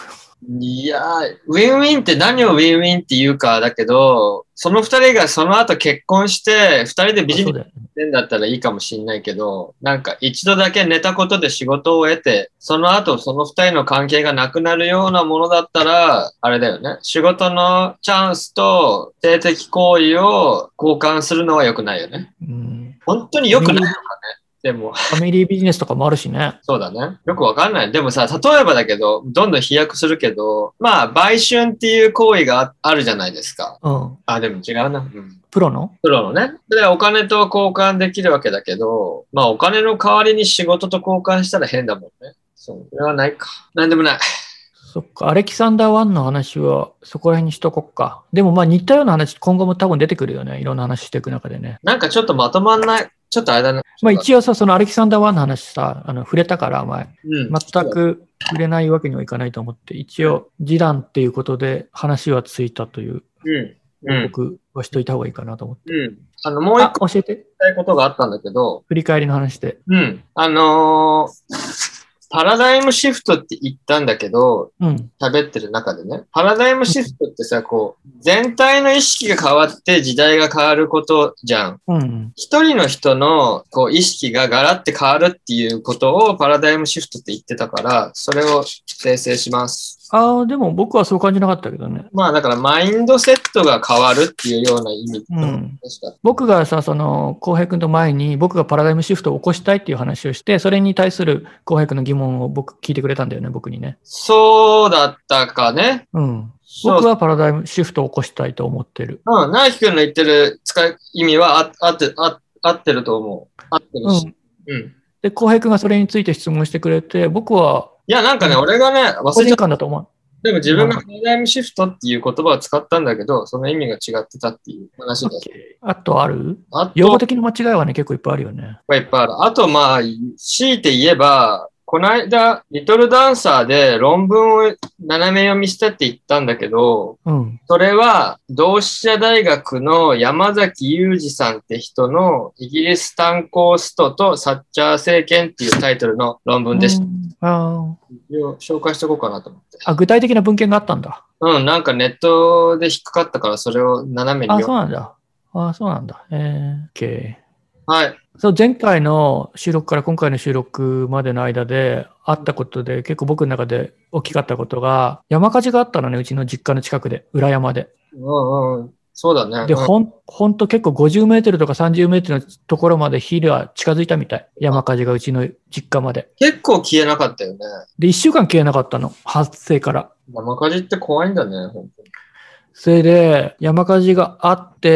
いやー、ウィンウィンって何をウィンウィンって言うかだけど、その二人がその後結婚して、二人でビジネスしてんだったらいいかもしんないけど、なんか一度だけ寝たことで仕事を得て、その後その二人の関係がなくなるようなものだったら、あれだよね。仕事のチャンスと性的行為を交換するのは良くないよね。うん、本当に良くないのかね。でも。 ファミリービジネスとかもあるしね。 そうだね。よくわかんない。でもさ、例えばだけど、どんどん飛躍するけど、まあ、売春っていう行為があるじゃないですか。うん。あ、でも違うな。うん。 プロのプロのね。で、お金と交換できるわけだけど、まあ、お金の代わりに仕事と交換したら変だもんね。そう。それはないか。なんでもない。 そっか。アレキサンダーワンの話はそこら辺にしとこっか。でもまあ似たような話、今後も多分出てくるよね。いろんな話していく中でね。 なんかちょっとまとまんない。ちょっとあれだね。 まあ一応さ、そのアレキサンダーワンの話さ、あの触れたから前、うん、全く触れないわけにはいかないと思って、一応示談っていうことで話はついたという報告はしといた方がいいかなと思って。うん。 あの、もう一個教えて。 言いたいことがあったんだけど。 振り返りの話で。 うん。あのー、パラダイムシフトって言ったんだけど、うん、喋ってる中でね。パラダイムシフトってさ、こう、全体の意識が変わって時代が変わることじゃん。うん、一人の人のこう意識がガラッて変わるっていうことをパラダイムシフトって言ってたから、それを訂正します。 ああ、でも僕はそう感じなかったけどね。 まあだからマインドセットが変わるっていうような意味、うん、 僕がさ、その、浩平君と前に僕がパラダイムシフトを起こしたいっていう話をして、それに対する浩平君の疑問を僕聞いてくれたんだよね、僕にね。 そうだったかね。 うん。僕はパラダイムシフトを起こしたいと思ってる。 うん、直樹君の言ってる使い意味はああって、あ合ってると思う。合ってるし。うん。うん、 で、浩平君がそれについて質問してくれて、僕は、 いや、なんかね、うん、俺がね、 忘れちゃったんだと思う。 でも自分がパラダイムシフトっていう言葉を使ったんだけど、その意味が違ってたっていう話です。 あとある？あと用語的な間違いはね、結構いっぱいあるよね。 いっぱいいっぱいある。あと、まあ、強いて言えば、この間、リトルダンサーで論文を斜め読みしたって言ったんだけど、うん、それは同志社大学の山崎裕二さんって人のイギリス炭鉱ストとサッチャー政権っていうタイトルの論文でした。うん、あ紹介しておこうかなと思って。 あ、具体的な文献があったんだ。 うん、なんかネットで引っかかったからそれを斜めに読む。あ、そうなんだ。あ、そうなんだ。えー、OK。 はい。 そう、前回の収録から今回の収録までの間であったことで、結構僕の中で大きかったことが、山火事があったのね、うちの実家の近くで、裏山で。 うんうん。そうだね。 で、ほん、ほんと結構ごじゅうメートルとかさんじゅうメートルのところまで火が近づいたみたい。山火事がうちの実家まで。 結構消えなかったよね。 で、いっしゅうかん消えなかったの。発生から。 山火事って怖いんだね、本当に。 それで、山火事があって、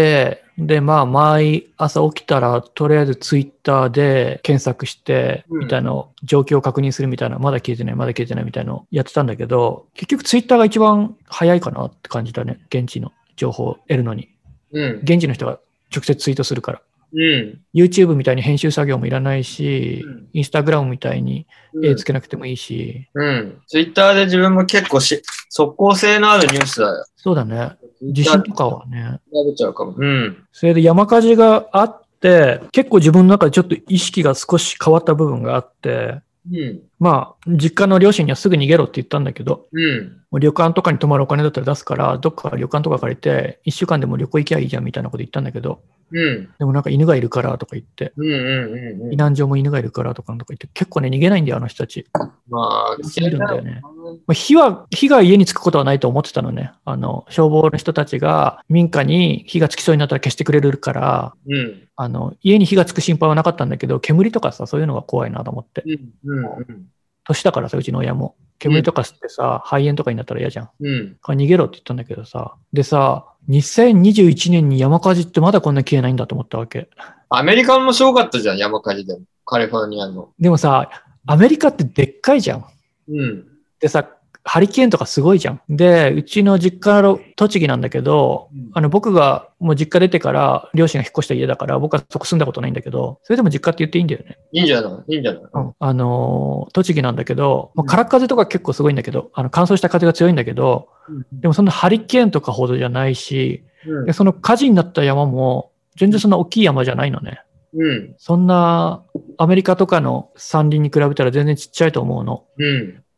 で、まあ、毎朝起きたら、とりあえずツイッターで検索して、みたいなの、状況を確認するみたいな、まだ消えてない、まだ消えてないみたいなのをやってたんだけど、結局ツイッターが一番早いかなって感じだね。現地の情報を得るのに。うん。現地の人が直接ツイートするから。うん。YouTube みたいに編集作業もいらないし、うん、Instagram みたいに絵つけなくてもいいし。 うん。うん、Twitter で自分も結構し、速攻性のあるニュースだよ。 そうだね。地震とかはね。 調べちゃうかも。うん。 それで山火事があって、結構自分の中でちょっと意識が少し変わった部分があって、うん、まあ、実家の両親にはすぐ逃げろって言ったんだけど、うん、もう旅館とかに泊まるお金だったら出すから、どっか旅館とか借りて、いっしゅうかんでも旅行行きゃいいじゃんみたいなこと言ったんだけど、うん、でもなんか犬がいるからとか言って、うんうんうんうん、避難所も犬がいるからとかとか言って、結構ね、逃げないんだよ、あの人たち。まあ、いるんだよね。まあ、火は、火が家につくことはないと思ってたのね。あの、消防の人たちが民家に火がつきそうになったら消してくれるから、うん、あの、家に火がつく心配はなかったんだけど、煙とかさ、そういうのが怖いなと思って。うんうんうん、年だからさ、うちの親も。煙とか吸ってさ、肺炎とかになったら嫌じゃん。うん。逃げろって言ったんだけどさ。でさ、にせんにじゅういちねんに山火事ってまだこんな消えないんだと思ったわけ。 アメリカもすごかったじゃん、山火事でも。カリフォルニアの。 でもさ、アメリカってでっかいじゃん。うん。でさ、ハリケーンとかすごいじゃん。で、うちの実家の栃木なんだけど、うん、あの僕がもう実家出てから両親が引っ越した家だから、僕はそこ住んだことないんだけど、それでも実家って言っていいんだよね。 いいんじゃないいいんじゃない、 うん、あのー、栃木なんだけど、まあ、空っ風とか結構すごいんだけど、あの乾燥した風が強いんだけど、うん、でもそんなハリケーンとかほどじゃないし、うん、でその火事になった山も全然そんな大きい山じゃないのね。うん、そんなアメリカとかの山林に比べたら全然ちっちゃいと思うの。うん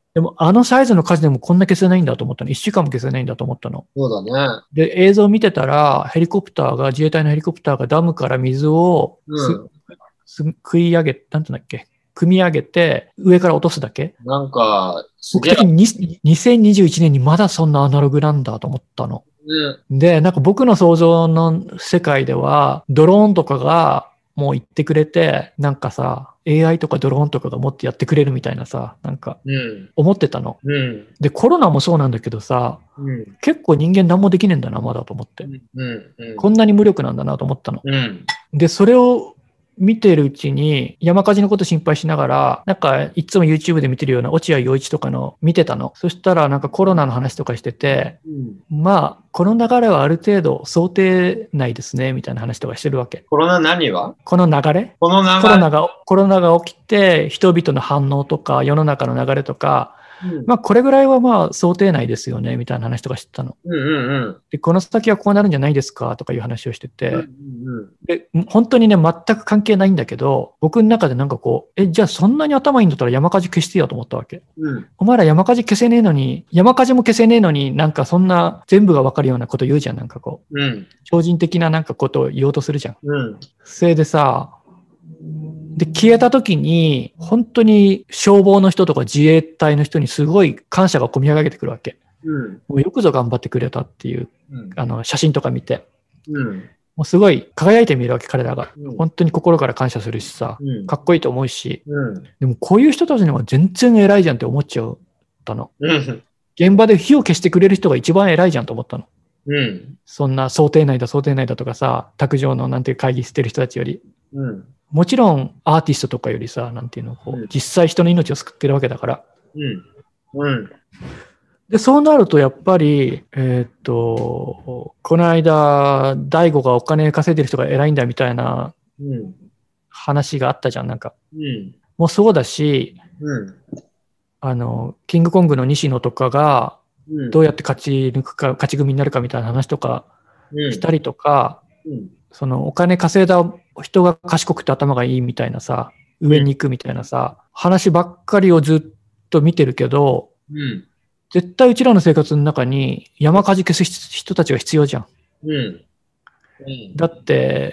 でも、あのサイズの火事でもこんな消せないんだと思ったの。いっしゅうかんも消せないんだと思ったの。 そうだね。 で、映像を見てたら、ヘリコプターが、自衛隊のヘリコプターがダムから水をす、 うん。 す食い上げ、なんていうんだっけ、組み上げて、上から落とすだけ。 なんか、すげえ。 僕的ににせんにじゅういちねんにまだそんなアナログなんだと思ったの。 うん。 で、なんか僕の想像の世界では、ドローンとかがもう行ってくれて、なんかさ、エーアイ とかドローンとかがもっとやってくれるみたいなさ、なんかうん。 思ってたの。 うん。 で、コロナもそうなんだけどさ、 うん。 結構人間何もできねえんだな、まだと思って。 うん。うん。 こんなに無力なんだなと思ったの。 うん。 で、それを見てるうちに山火事のこと心配しながら、なんかいつも YouTube で見てるような落合陽一とかの見てたの。そしたらなんかコロナの話とかしてて、 うん。 まあ、この流れはある程度想定内ですね、みたいな話とかしてるわけ。 コロナ何はこの流れこの流れコロナが、コロナが起きて、人々の反応とか、世の中の流れとか、 うん。 まあ、これぐらいはまあ、想定内ですよね、みたいな話とかしてたの。 うん。うん。 で、この先はこうなるんじゃないですか、とかいう話をしてて、 うん。うん。 で、本当にね、全く関係ないんだけど、僕の中でなんかこう、え、じゃあそんなに頭いいんだったら山火事消してよと思ったわけ。 うん。 お前ら山火事消せねえのに、山火事も消せねえのになんかそんな全部がわかるようなこと言うじゃん、なんかこう。 うん。 超人的ななんかことを言おうとするじゃん。 うん。 それでさ、で、消えた時に、本当に消防の人とか自衛隊の人にすごい感謝が込み上げてくるわけ。 うん。 もうよくぞ頑張ってくれたっていう、 うん。 あの、写真とか見て。 うん。 もうすごい輝いて見えるわけ、彼らが。 うん本当に心から感謝するしさ、 うん。 かっこいいと思うし。 うん。 でもこういう人たちには全然偉いじゃんって思っちゃったの。 うん。 現場で火を消してくれる人が一番偉いじゃんと思ったの。 うん。 そんな想定内だ想定内だとかさ、卓上のなんていう会議してる人たちより。 うん。 もちろんアーティストとかよりさ、なんていうの、こうんう、実際人の命を救ってるわけだから。 うん。うん。 で、そうなるとやっぱり、えーっと、この間、大悟がお金稼いでる人が偉いんだみたいなうん。 話があったじゃん、なんか。 うん。 もうそうだし、 うん。 あの、キングコングの西野とかが、 うん。 どうやって勝ち抜くか、勝ち組になるかみたいな話とかうん。 したりとか、 うん。 そのお金稼いだ人が賢くて頭がいいみたいなさ、上に行くみたいなさ、話ばっかりをずっと見てるけど、 うん。 絶対うちらの生活の中に山火事消す人たちが必要じゃん。 うん。うん。 だって、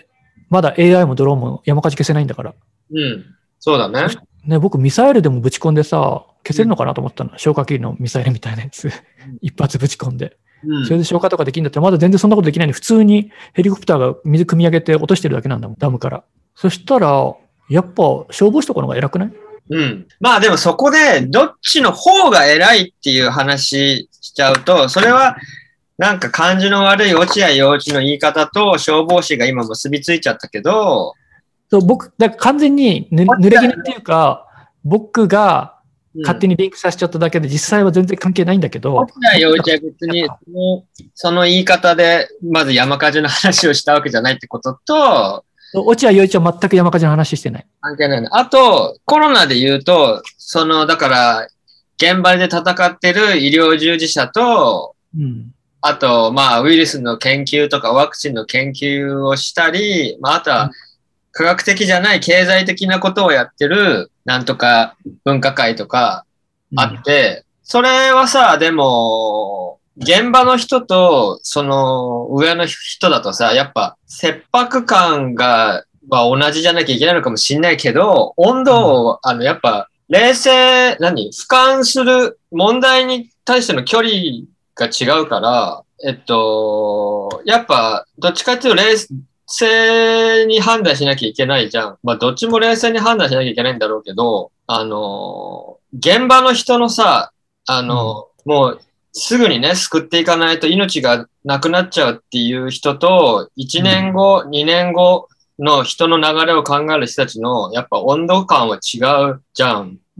まだ エーアイ もドローンも山火事消せないんだから。 うん。そうだね。 ね、僕ミサイルでもぶち込んでさ、消せるのかなと思ったの。消火器のミサイルみたいなやつ。一発ぶち込んで。 うん。 それで消火とかできるんだったら、まだ全然そんなことできないのに、普通にヘリコプターが水汲み上げて落としてるだけなんだもん、ダムから。そしたら、やっぱ消防士とかの方が偉くない？ うん。まあでもそこで、どっちの方が偉いっていう話しちゃうと、それは、なんか感じの悪い落合陽一の言い方と消防士が今結びついちゃったけど、 そう僕、だから完全にぬ濡れ衣っていうか、僕が勝手にリンクさせちゃっただけで、実際は全然関係ないんだけど。 落合陽一は別にその、その言い方で、まず山火事の話をしたわけじゃないってことと、 落合陽一は全く山火事の話してない。 関係ないね。あと、コロナで言うと、その、だから、現場で戦ってる医療従事者と、 うん。 あと、まあ、ウイルスの研究とかワクチンの研究をしたり、まあ、あとは、科学的じゃない経済的なことをやってる、なんとか分科会とかあって、それはさ、でも、現場の人と、その、上の人だとさ、やっぱ、切迫感が、まあ、同じじゃなきゃいけないのかもしれないけど、温度を、あの、やっぱ、冷静、何俯瞰する問題に対しての距離が違うから、えっと、やっぱ、どっちかっていうと冷静に判断しなきゃいけないじゃん。まあ、どっちも冷静に判断しなきゃいけないんだろうけど、あの、現場の人のさ、あの、うん、もう、すぐにね、救っていかないと命がなくなっちゃうっていう人と、いちねんご、うん、にねんごの人の流れを考える人たちの、やっぱ温度感は違うじゃん。 うん、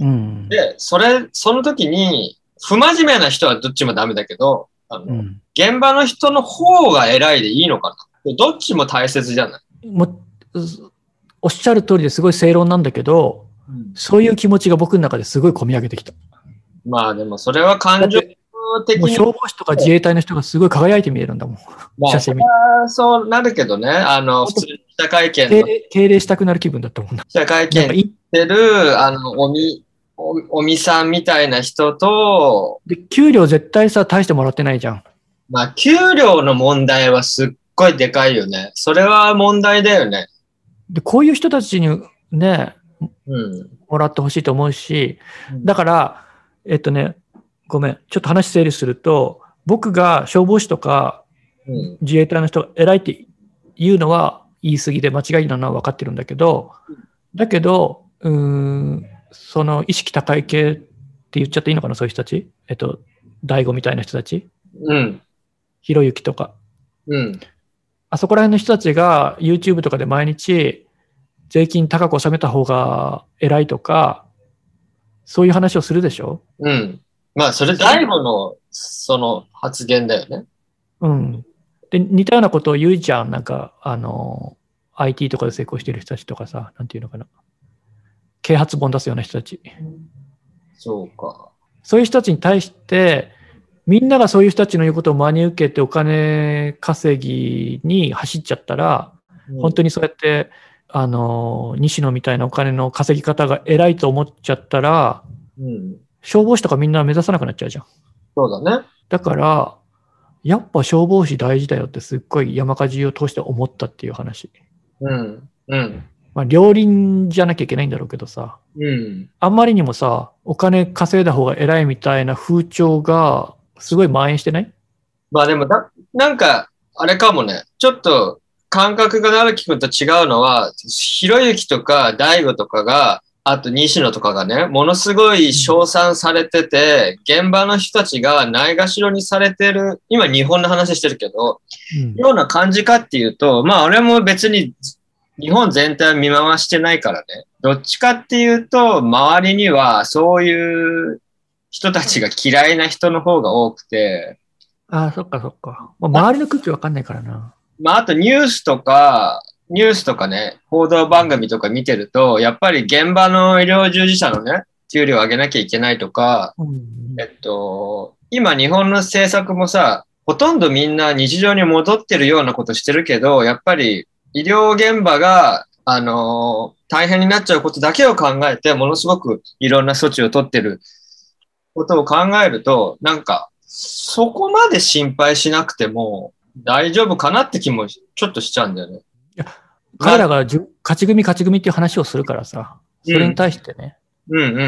で、それ、その時に、不真面目な人はどっちもダメだけど、あの、うん、現場の人の方が偉いでいいのかな。どっちも大切じゃない？ もおっしゃる通りですごい正論なんだけど、うん、そういう気持ちが僕の中ですごい込み上げてきた。 まあでもそれは感情的に。 もう消防士とか自衛隊の人がすごい輝いて見えるんだもん。 まあ、写真見て。そうなるけどね、あの、普通に記者会見の。 敬礼したくなる気分だったもんな。 記者会見してる、あの、おみ、 お、おみさんみたいな人と、 で、給料絶対さ、大してもらってないじゃん。 まあ、給料の問題はすっごいでかいよね。それは問題だよね。 で、こういう人たちにね、 うん。 もらってほしいと思うし、 うんだから、えっとね、ごめん、ちょっと話整理すると、僕が消防士とかうん自衛隊の人が偉いって言うのは言い過ぎで間違いなのは分かってるんだけど、だけど、うーん、その意識高い系って言っちゃっていいのかな、そういう人たち。えっと、大悟みたいな人たち。 うん。 ひろゆきとか。 うん。 あそこら辺の人たちが YouTube とかで毎日税金高く納めた方が偉いとか、そういう話をするでしょ。 うん。まあ、それ、大悟の、その発言だよね。 うん。で、似たようなことを言うじゃん。なんか、あの、アイティー とかで成功してる人たちとかさ、なんていうのかな。啓発本出すような人たち。 そうか。 そういう人たちに対して、みんながそういう人たちの言うことを真に受けてお金稼ぎに走っちゃったら、 うん、 本当にそうやって、あの、西野みたいなお金の稼ぎ方が偉いと思っちゃったら、 うん。 消防士とかみんな目指さなくなっちゃうじゃん。 そうだね。 だから、やっぱ消防士大事だよってすっごい山火事を通して思ったっていう話。 うん。うん。 まあ、両輪じゃなきゃいけないんだろうけどさ、 うん。 あんまりにもさ、お金稼いだ方が偉いみたいな風潮がすごい蔓延してない？ まあでもだ、なんか、あれかもね。ちょっと感覚がなるきくんと違うのは、ひろゆきとか大悟とかが、あと西野とかがね、ものすごい称賛されてて、現場の人たちがないがしろにされてる、今日本の話してるけど、 うん、 ような感じかっていうと、まあ俺も別に日本全体を見回してないからね。どっちかっていうと、周りにはそういう人たちが嫌いな人の方が多くて、 ああ、そっかそっか。まあ、周りの空気わかんないからな。 まああとニュースとか、ニュースとかね、報道番組とか見てると、やっぱり現場の医療従事者のね、給料を上げなきゃいけないとか、 うん、 えっと、今日本の政策もさ、ほとんどみんな日常に戻ってるようなことしてるけど、やっぱり医療現場が、あのー、大変になっちゃうことだけを考えて、ものすごくいろんな措置を取ってることを考えると、なんか、そこまで心配しなくても大丈夫かなって気もちょっとしちゃうんだよね。 いや、彼らがじゅ勝ち組勝ち組っていう話をするからさ、それに対してね。 うんうんうんうん。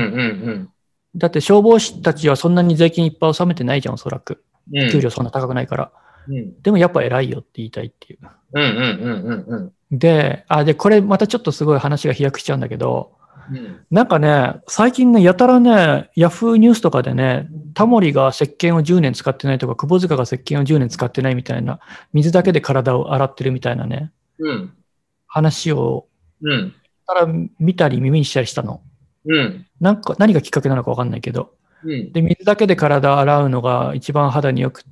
だって消防士たちはそんなに税金いっぱい納めてないじゃん、おそらく。 うん、 給料そんな高くないから。 うん、 でもやっぱ偉いよって言いたいっていう。 うんうんうんうんうん。 で、あ、で、これまたちょっとすごい話が飛躍しちゃうんだけど、 うん、 なんかね、最近ね、やたらね、ヤフーニュースとかでね、タモリが石鹸をじゅうねん使ってないとか、窪塚が石鹸をじゅうねん使ってないみたいな、水だけで体を洗ってるみたいなね、 うん、 話を、 うん、 たら見たり耳にしたりしたの。 うん、 なんか、何がきっかけなのかわかんないけど。 うん、 で、水だけで体を洗うのが一番肌に良くって、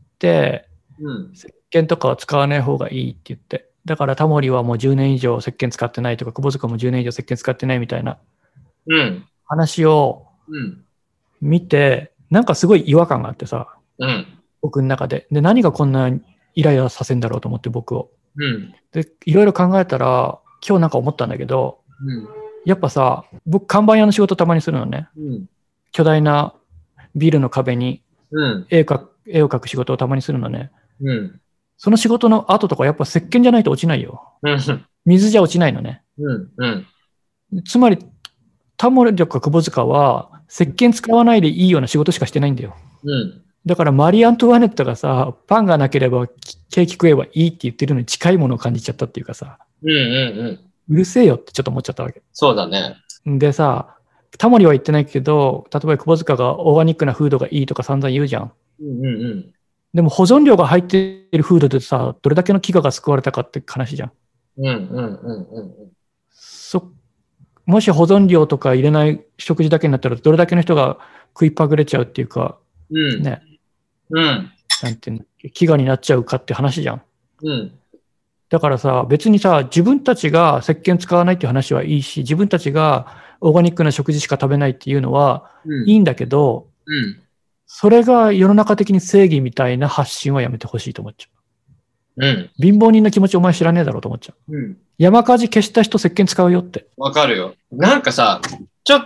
うん、 石鹸とかは使わない方がいいって言って。だからタモリはもうじゅうねん以上石鹸使ってないとか、窪塚もじゅうねん以上石鹸使ってないみたいなうん、 話を見て、なんかすごい違和感があってさ、 うん、 僕の中で。で、何がこんなイライラさせんだろうと思って僕を。 うん、 で、いろいろ考えたら、今日なんか思ったんだけど、 うん、 やっぱさ、僕看板屋の仕事たまにするのね。 うん、 巨大なビルの壁にうん、 絵描く、絵を描く仕事をたまにするのね。 うん、 その仕事の後とかやっぱ石鹸じゃないと落ちないよ。 うん、 水じゃ落ちないのね。 うん、うん、 つまり、タモリとか窪塚は石鹸使わないでいいような仕事しかしてないんだよ。 うん。 だからマリー・アントワネットがさ、パンがなければケーキ食えばいいって言ってるのに近いものを感じちゃったっていうかさ、 うん、うん、うん。 うるせえよってちょっと思っちゃったわけ。 そうだね。 でさ、タモリは言ってないけど、例えば窪塚がオーガニックなフードがいいとか散々言うじゃん。 うん、うん、うん。 でも保存料が入っているフードでさ、どれだけの飢餓が救われたかって話じゃん。 うん、うん、うん、うん。 そもし保存料とか入れない食事だけになったら、どれだけの人が食いっぱぐれちゃうっていうか、 うん、 ね、 うん、 なんていうの、飢餓になっちゃうかって話じゃん。 うん、 だからさ、別にさ、自分たちが石鹸使わないっていう話はいいし、自分たちがオーガニックな食事しか食べないっていうのはいいんだけど、 うん、 それが世の中的に正義みたいな発信はやめてほしいと思っちゃうん。 う。貧乏人の気持ちお前知らねえだろうと思っちゃう。 うん。 山火事消した人石鹸使うよって。 わかるよ。なんかさ、ちょっと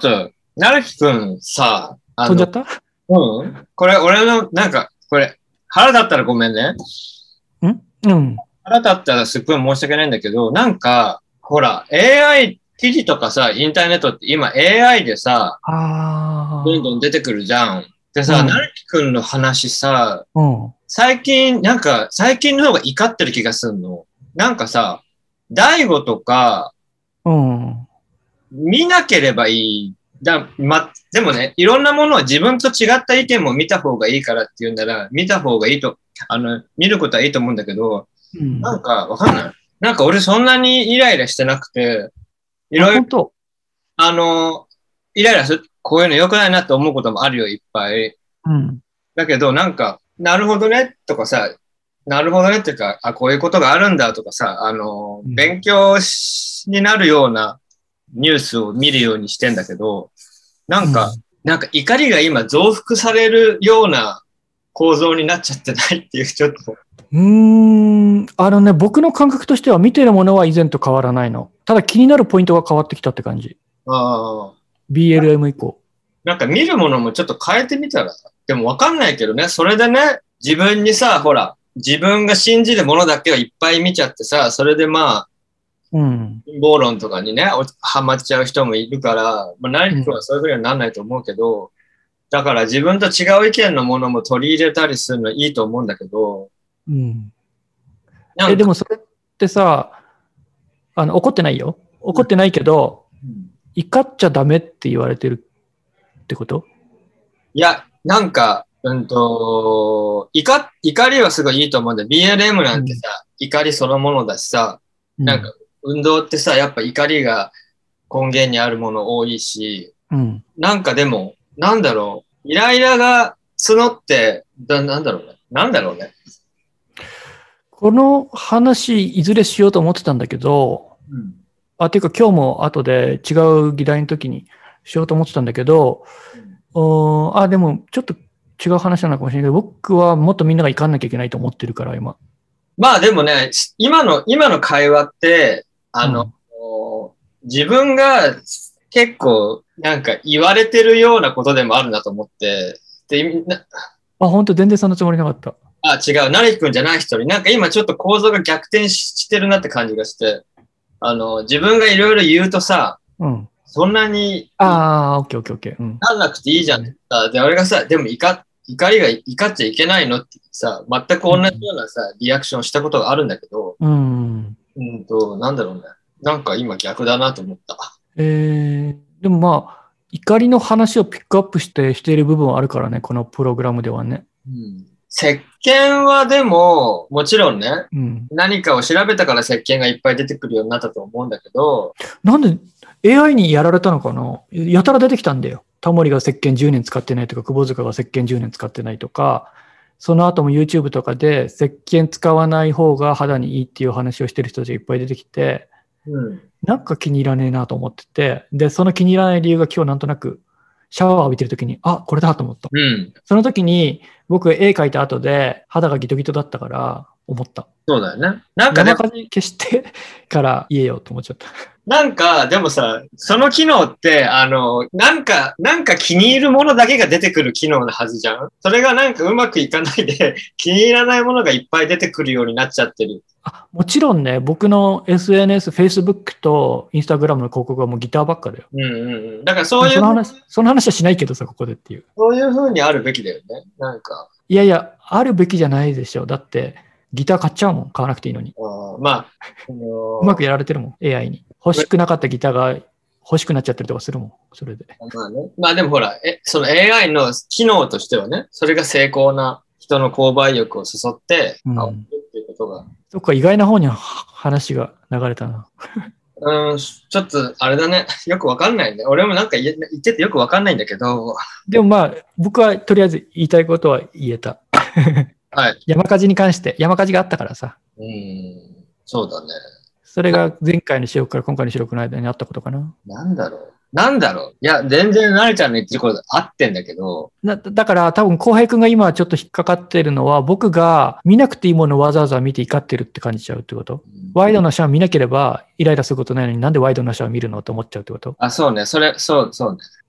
なるきくんさ、あの、 飛んじゃったうん。これ、俺の、なんか、これ、腹だったらごめんね。 んうん。 腹だったらすっごい申し訳ないんだけど、なんか、ほら、エーアイ 記事とかさ、インターネットって今 エーアイ でさ、 あどんどん出てくるじゃん。であ。 さ、 うん。 なるきくんの話さ、 うん。 最近、なんか、最近の方が怒ってる気がするの。なんかさ、大悟とか、 うん。 見なければいい。だま、でもね、いろんなものを自分と違った意見も見た方がいいからっていうんなら、見た方がいいと、あの、見ることはいいと思うんだけど、 うん、 なんか、わかんない。なんか俺そんなにイライラしてなくて、いろいろ、 本当あの、イライラする、こういうの良くないなって思うこともあるよ、いっぱい。 うん。 だけど、なんか、なるほどね、とかさ、なるほどねっていうか、あ、こういうことがあるんだとかさ、あの、 うん勉強しになるようなニュースを見るようにしてんだけど、なんか、 うん、 なんか怒りが今増幅されるような構造になっちゃってないっていう、ちょっと。 うーん、あのね、僕の感覚としては見てるものは以前と変わらないの。ただ気になるポイントが変わってきたって感じ。 ああ。 ビーエルエム 以降。 なんか見るものもちょっと変えてみたら、でもわかんないけどね、それでね、自分にさ、ほら、自分が信じるものだけをいっぱい見ちゃってさ、それでまあ、 うん。 陰謀論とかにね、ハマっちゃう人もいるから、まあ、ナイフはそういうふうにはならないと思うけど、うん、だから自分と違う意見のものも取り入れたりするのいいと思うんだけど、 うん。え、でもそれってさ、あの、怒ってないよ。怒ってないけど、うん、怒っちゃダメって言われてるってこと？ いや、なんか、うんと、怒、怒りはすごいいいと思うんだよ。ビーエルエム なんてさ、うん、怒りそのものだしさ、なんか、運動ってさ、やっぱ怒りが根源にあるもの多いし、うん、なんかでも、なんだろう、イライラが募って、だなんだろうね。なんだろうね。 この話、いずれしようと思ってたんだけど、うん、あ、ていうか今日も後で違う議題の時にしようと思ってたんだけど、うん、あ、でもちょっと違う話なのかもしれないけど、僕はもっとみんなが怒んなきゃいけないと思ってるから、今。 まあでもね、今の、今の会話って、あの、うん、自分が結構なんか言われてるようなことでもあるなと思って、であ、本当全然そんなつもりなかった。 あ、違う、なるきくんじゃない人に、なんか今ちょっと構造が逆転してるなって感じがして、あの、自分がいろいろ言うとさ、うん、そんなに、 ああ、オッケーオッケーオッケー。うん。 なんなくていいじゃんってさ、で、俺がさ、でも怒、怒りが怒っちゃいけないのってさ、全く同じようなさ、リアクションをしたことがあるんだけど、うん。うんと、なんだろうね。なんか今逆だなと思った。 えー、でもまあ、怒りの話をピックアップしてしている部分はあるからね、このプログラムではね。 うん、石鹸はでも、もちろんね、うん、何かを調べたから石鹸がいっぱい出てくるようになったと思うんだけど。 なんで エーアイ にやられたのかな？やたら出てきたんだよ。タモリが石鹸じゅうねん使ってないとか、窪塚が石鹸じゅうねん使ってないとか、その後も YouTube とかで石鹸使わない方が肌にいいっていう話をしてる人たちがいっぱい出てきて、うん、なんか気に入らねえなと思ってて、で、その気に入らない理由が今日なんとなくシャワーを浴びてる時に、あ、これだと思った。うん、その時に僕絵描いた後で肌がギトギトだったから思った。 そうだよね。なんかね、山火事消してから言えよと思っちゃった。 なんか、でもさ、その機能って、あの、なんか、なんか気に入るものだけが出てくる機能なはずじゃん。それがなんかうまくいかないで、気に入らないものがいっぱい出てくるようになっちゃってる。 あ、もちろんね、僕の エスエヌエス、Facebook と Instagram の広告はもうギターばっかだよ。 うんうんうん。だからそういう。 その話、その話はしないけどさ、ここでっていう。 そういう風にあるべきだよね。なんか。 いやいや、あるべきじゃないでしょ。だって、ギター買っちゃうもん。買わなくていいのに。 あまあ、 あのー、うまくやられてるもん、エーアイ に。欲しくなかったギターが欲しくなっちゃったりとかするもん、それで。 まあね。まあでもほら、え、その エーアイ の機能としてはね、それが成功な人の購買欲を誘って買うっていうことが。うん、 そっか、意外な方に話が流れたな。 うん、ちょっとあれだね。よくわかんないね。俺もなんか言っててよくわかんないんだけど。 でもまあ、僕はとりあえず言いたいことは言えた。 はい。 山火事に関して、山火事があったからさ。 うん、そうだね。 それが前回の収録から今回の収録の間にあったことかな。 なんだろう。なんだろう。いや、全然なれちゃんの言ってること合ってんだけど。 だ, だから多分浩平君が今ちょっと引っかかってるのは、僕が見なくていいものをわざわざ見て怒ってるって感じちゃうってこと、うん、ワイドなシャワー見なければイライラすることないのになんでワイドなシャワー見るのと思っちゃうってこと？ あ、そうね。それ、そう、そうね。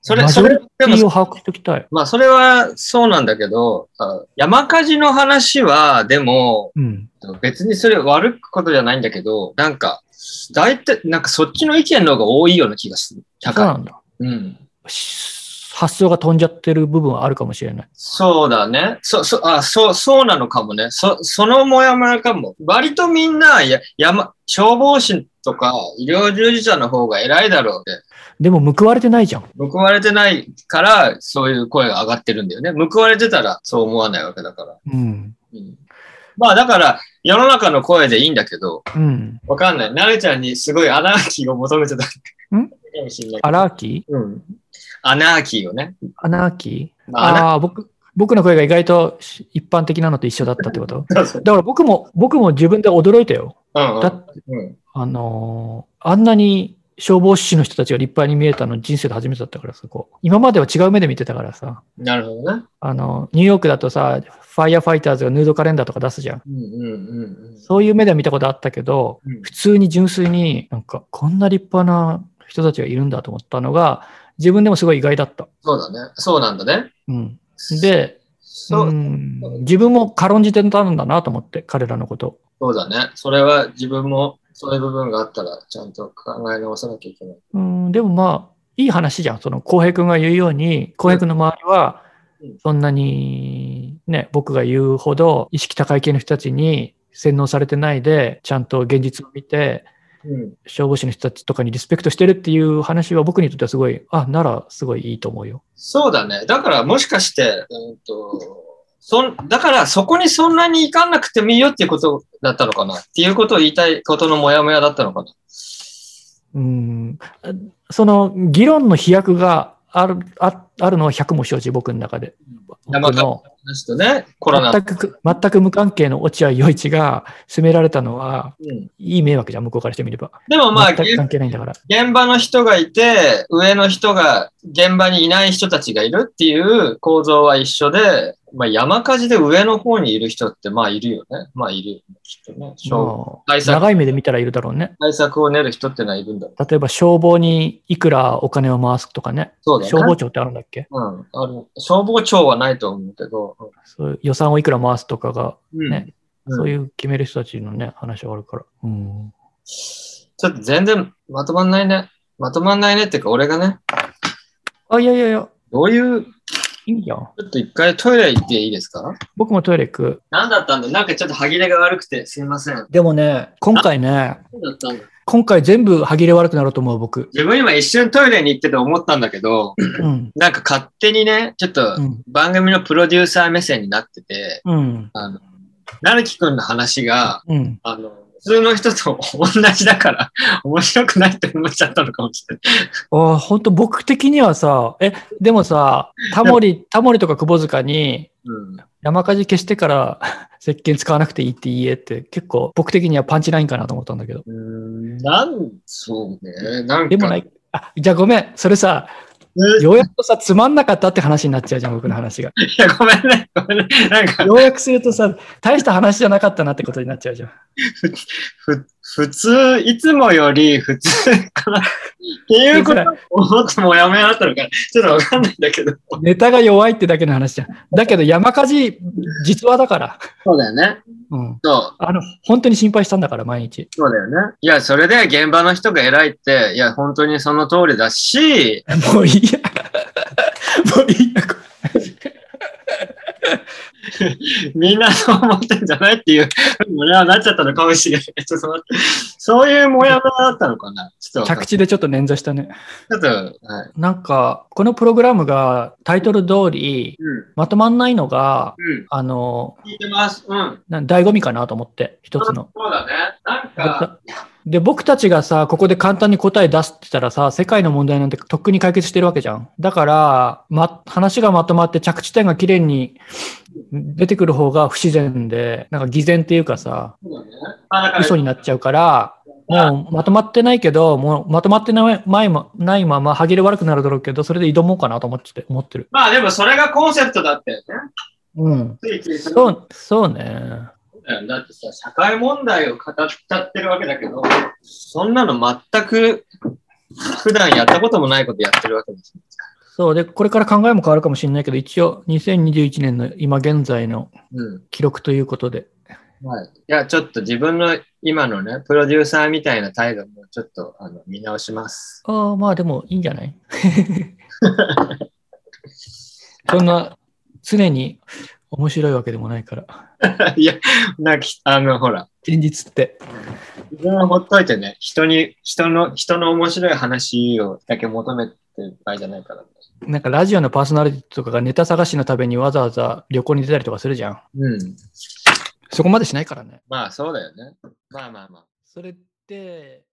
それ、 マジョリそれ、でも、 ティを把握しておきたい。 まあ、それはそうなんだけど、あ山火事の話は、でも、 うん。 別にそれ悪くことじゃないんだけど、なんか、大体、なんかそっちの意見の方が多いような気がする。社会。 そうなんだ。 うん。 発想が飛んじゃってる部分はあるかもしれない。 そうだね。そ、そ、あ、そう、そうなのかもね。そ、そのもやもやかも。割とみんな、や、山、消防士とか医療従事者の方が偉いだろうって。 でも報われてないじゃん。 報われてないから、そういう声が上がってるんだよね。報われてたらそう思わないわけだから。 うん。 うん、まあだから、世の中の声でいいんだけど、 うん。 わかんない。なるちゃんにすごいアナーキーを求めてた。 んアラーキーうん。アナーキーをね。 アナーキー、 まあ、 ああ、僕、僕の声が意外と一般的なのと一緒だったってことだから僕も、僕も自分で驚いたよ。 うんうん、 だって、うん、あのー、あんなに消防士の人たちが立派に見えたの人生で初めてだったからさ、こう今までは違う目で見てたからさ。 なるほどね。 あの、ニューヨークだとさ、ファイヤーファイターズがヌードカレンダーとか出すじゃん。うんうんうんうん、そういう目では見たことあったけど、うん、普通に純粋になんかこんな立派な人たちがいるんだと思ったのが、自分でもすごい意外だった。 そうだね。そうなんだね。 うん。で、そううん自分も軽んじてたんだなと思って、彼らのこと。 そうだね。それは自分もそういう部分があったら、ちゃんと考え直さなきゃいけない。 うん、でもまあ、いい話じゃん。その、浩平君が言うように、浩平君の周りは、そんなに、ね、僕が言うほど意識高い系の人たちに洗脳されてないで、ちゃんと現実を見て、うん、消防士の人たちとかにリスペクトしてるっていう話は僕にとってはすごい、あ、ならすごいいいと思うよ。 そうだね。だからもしかして、うんと、そんだからそこにそんなに行かなくてもいいよっていうことだったのかなっていうことを言いたいことのモヤモヤだったのかな。 うん、その議論の飛躍がある、あ、あるのはひゃくも承知、僕の中で。僕のね、コロナ全く、全く無関係の落合陽一が責められたのは、うん、いい迷惑じゃん、向こうからしてみれば。 でもまあ、 全く関係ないんだから。 現場の人がいて、上の人が現場にいない人たちがいるっていう構造は一緒で、まあ、山火事で上の方にいる人ってまあいるよね。まあいる。きっとね。 対策長い目で見たらいるだろうね。 対策を練る人ってのはいるんだろう。例えば消防にいくらお金を回すとかね。 そうだね。 消防庁ってあるんだっけ？ うん。ある。消防庁はないと思うけど。 うん、そういう予算をいくら回すとかがね、うんうん、そういう決める人たちのね、話があるから。うん、 ちょっと全然まとまんないね。まとまんないねっていうか俺がね。 あ、いやいやいや。 どういういいじゃん。 ちょっと一回トイレ行っていいですか？ 僕もトイレ行く。 何だったんだ？なんかちょっと歯切れが悪くてすいません。 でもね、今回ね、 何だったんだ？ 今回全部歯切れ悪くなると思う、僕。 自分今一瞬トイレに行ってて思ったんだけど、うん、なんか勝手にね、ちょっと番組のプロデューサー目線になってて、うん、あの、なるきくんの話が、うん、あの、普通の人と同じだから面白くないって思っちゃったのかもしれない。 ああ、本当僕的にはさ、え、でもさ、タモリ、タモリとか窪塚に、うん、山火事消してから石鹸使わなくていいって言えって結構僕的にはパンチラインかなと思ったんだけど。 うーん、なん、そうね。なんか。 でもない。あ、じゃあごめん。それさ、ようやくさ、つまんなかったって話になっちゃうじゃん、僕の話が。 いや、ごめんね。ごめんね。なんか。 ようやくするとさ、大した話じゃなかったなってことになっちゃうじゃん。 ふ、ふ、普通、いつもより普通かな。っていうことを思ってもやめだったのか、ちょっとわかんないんだけど。 ネタが弱いってだけの話じゃん。だけど山火事、実話だから。 そうだよね。 うん。そう。あの、本当に心配したんだから、毎日。 そうだよね。いや、それで現場の人が偉いって、いや、本当にその通りだし、 もういいや。もういいや、これ。 みんなそう思ってんじゃないっていう、俺はなっちゃったのかもしれない。ちょっと待って。そういうもやもやだったのかな。 ちょっと着地でちょっと捻挫したね。 ちょっと、はい、 なんか、このプログラムがタイトル通り、うん、まとまんないのが、うん、あの、 聞いてます。うん。 醍醐味かなと思って、一つの。 そうだね。なんか、 で、僕たちがさ、ここで簡単に答え出すって言ったらさ、世界の問題なんてとっくに解決してるわけじゃん。だから、ま、話がまとまって着地点が綺麗に出てくる方が不自然で、なんか偽善っていうかさ、そうだね、嘘になっちゃうから、もうまとまってないけど、もうまとまってないないまま歯切れ悪くなるだろうけど、それで挑もうかなと思ってて、思ってる。 まあでもそれがコンセプトだったよね。 うん。そう、そうね。 だってさ、社会問題を語っちゃってるわけだけど、そんなの全く普段やったこともないことやってるわけですよ。 そうで、これから考えも変わるかもしれないけど、一応にせんにじゅういちねんの今現在の記録ということで。 うん、はい。いや、ちょっと自分の今のね、プロデューサーみたいな態度もちょっとあの見直します。 ああ、まあでもいいんじゃないそんな常に面白いわけでもないから。 いや、なんか、あの、ほら。 現実って。 自分はほっといてね、人に、人の、人の面白い話をだけ求めてる場合じゃないからね。 なんかラジオのパーソナリティとかがネタ探しのためにわざわざ旅行に出たりとかするじゃん。 うん。 そこまでしないからね。 まあそうだよね。まあまあまあ。 それって、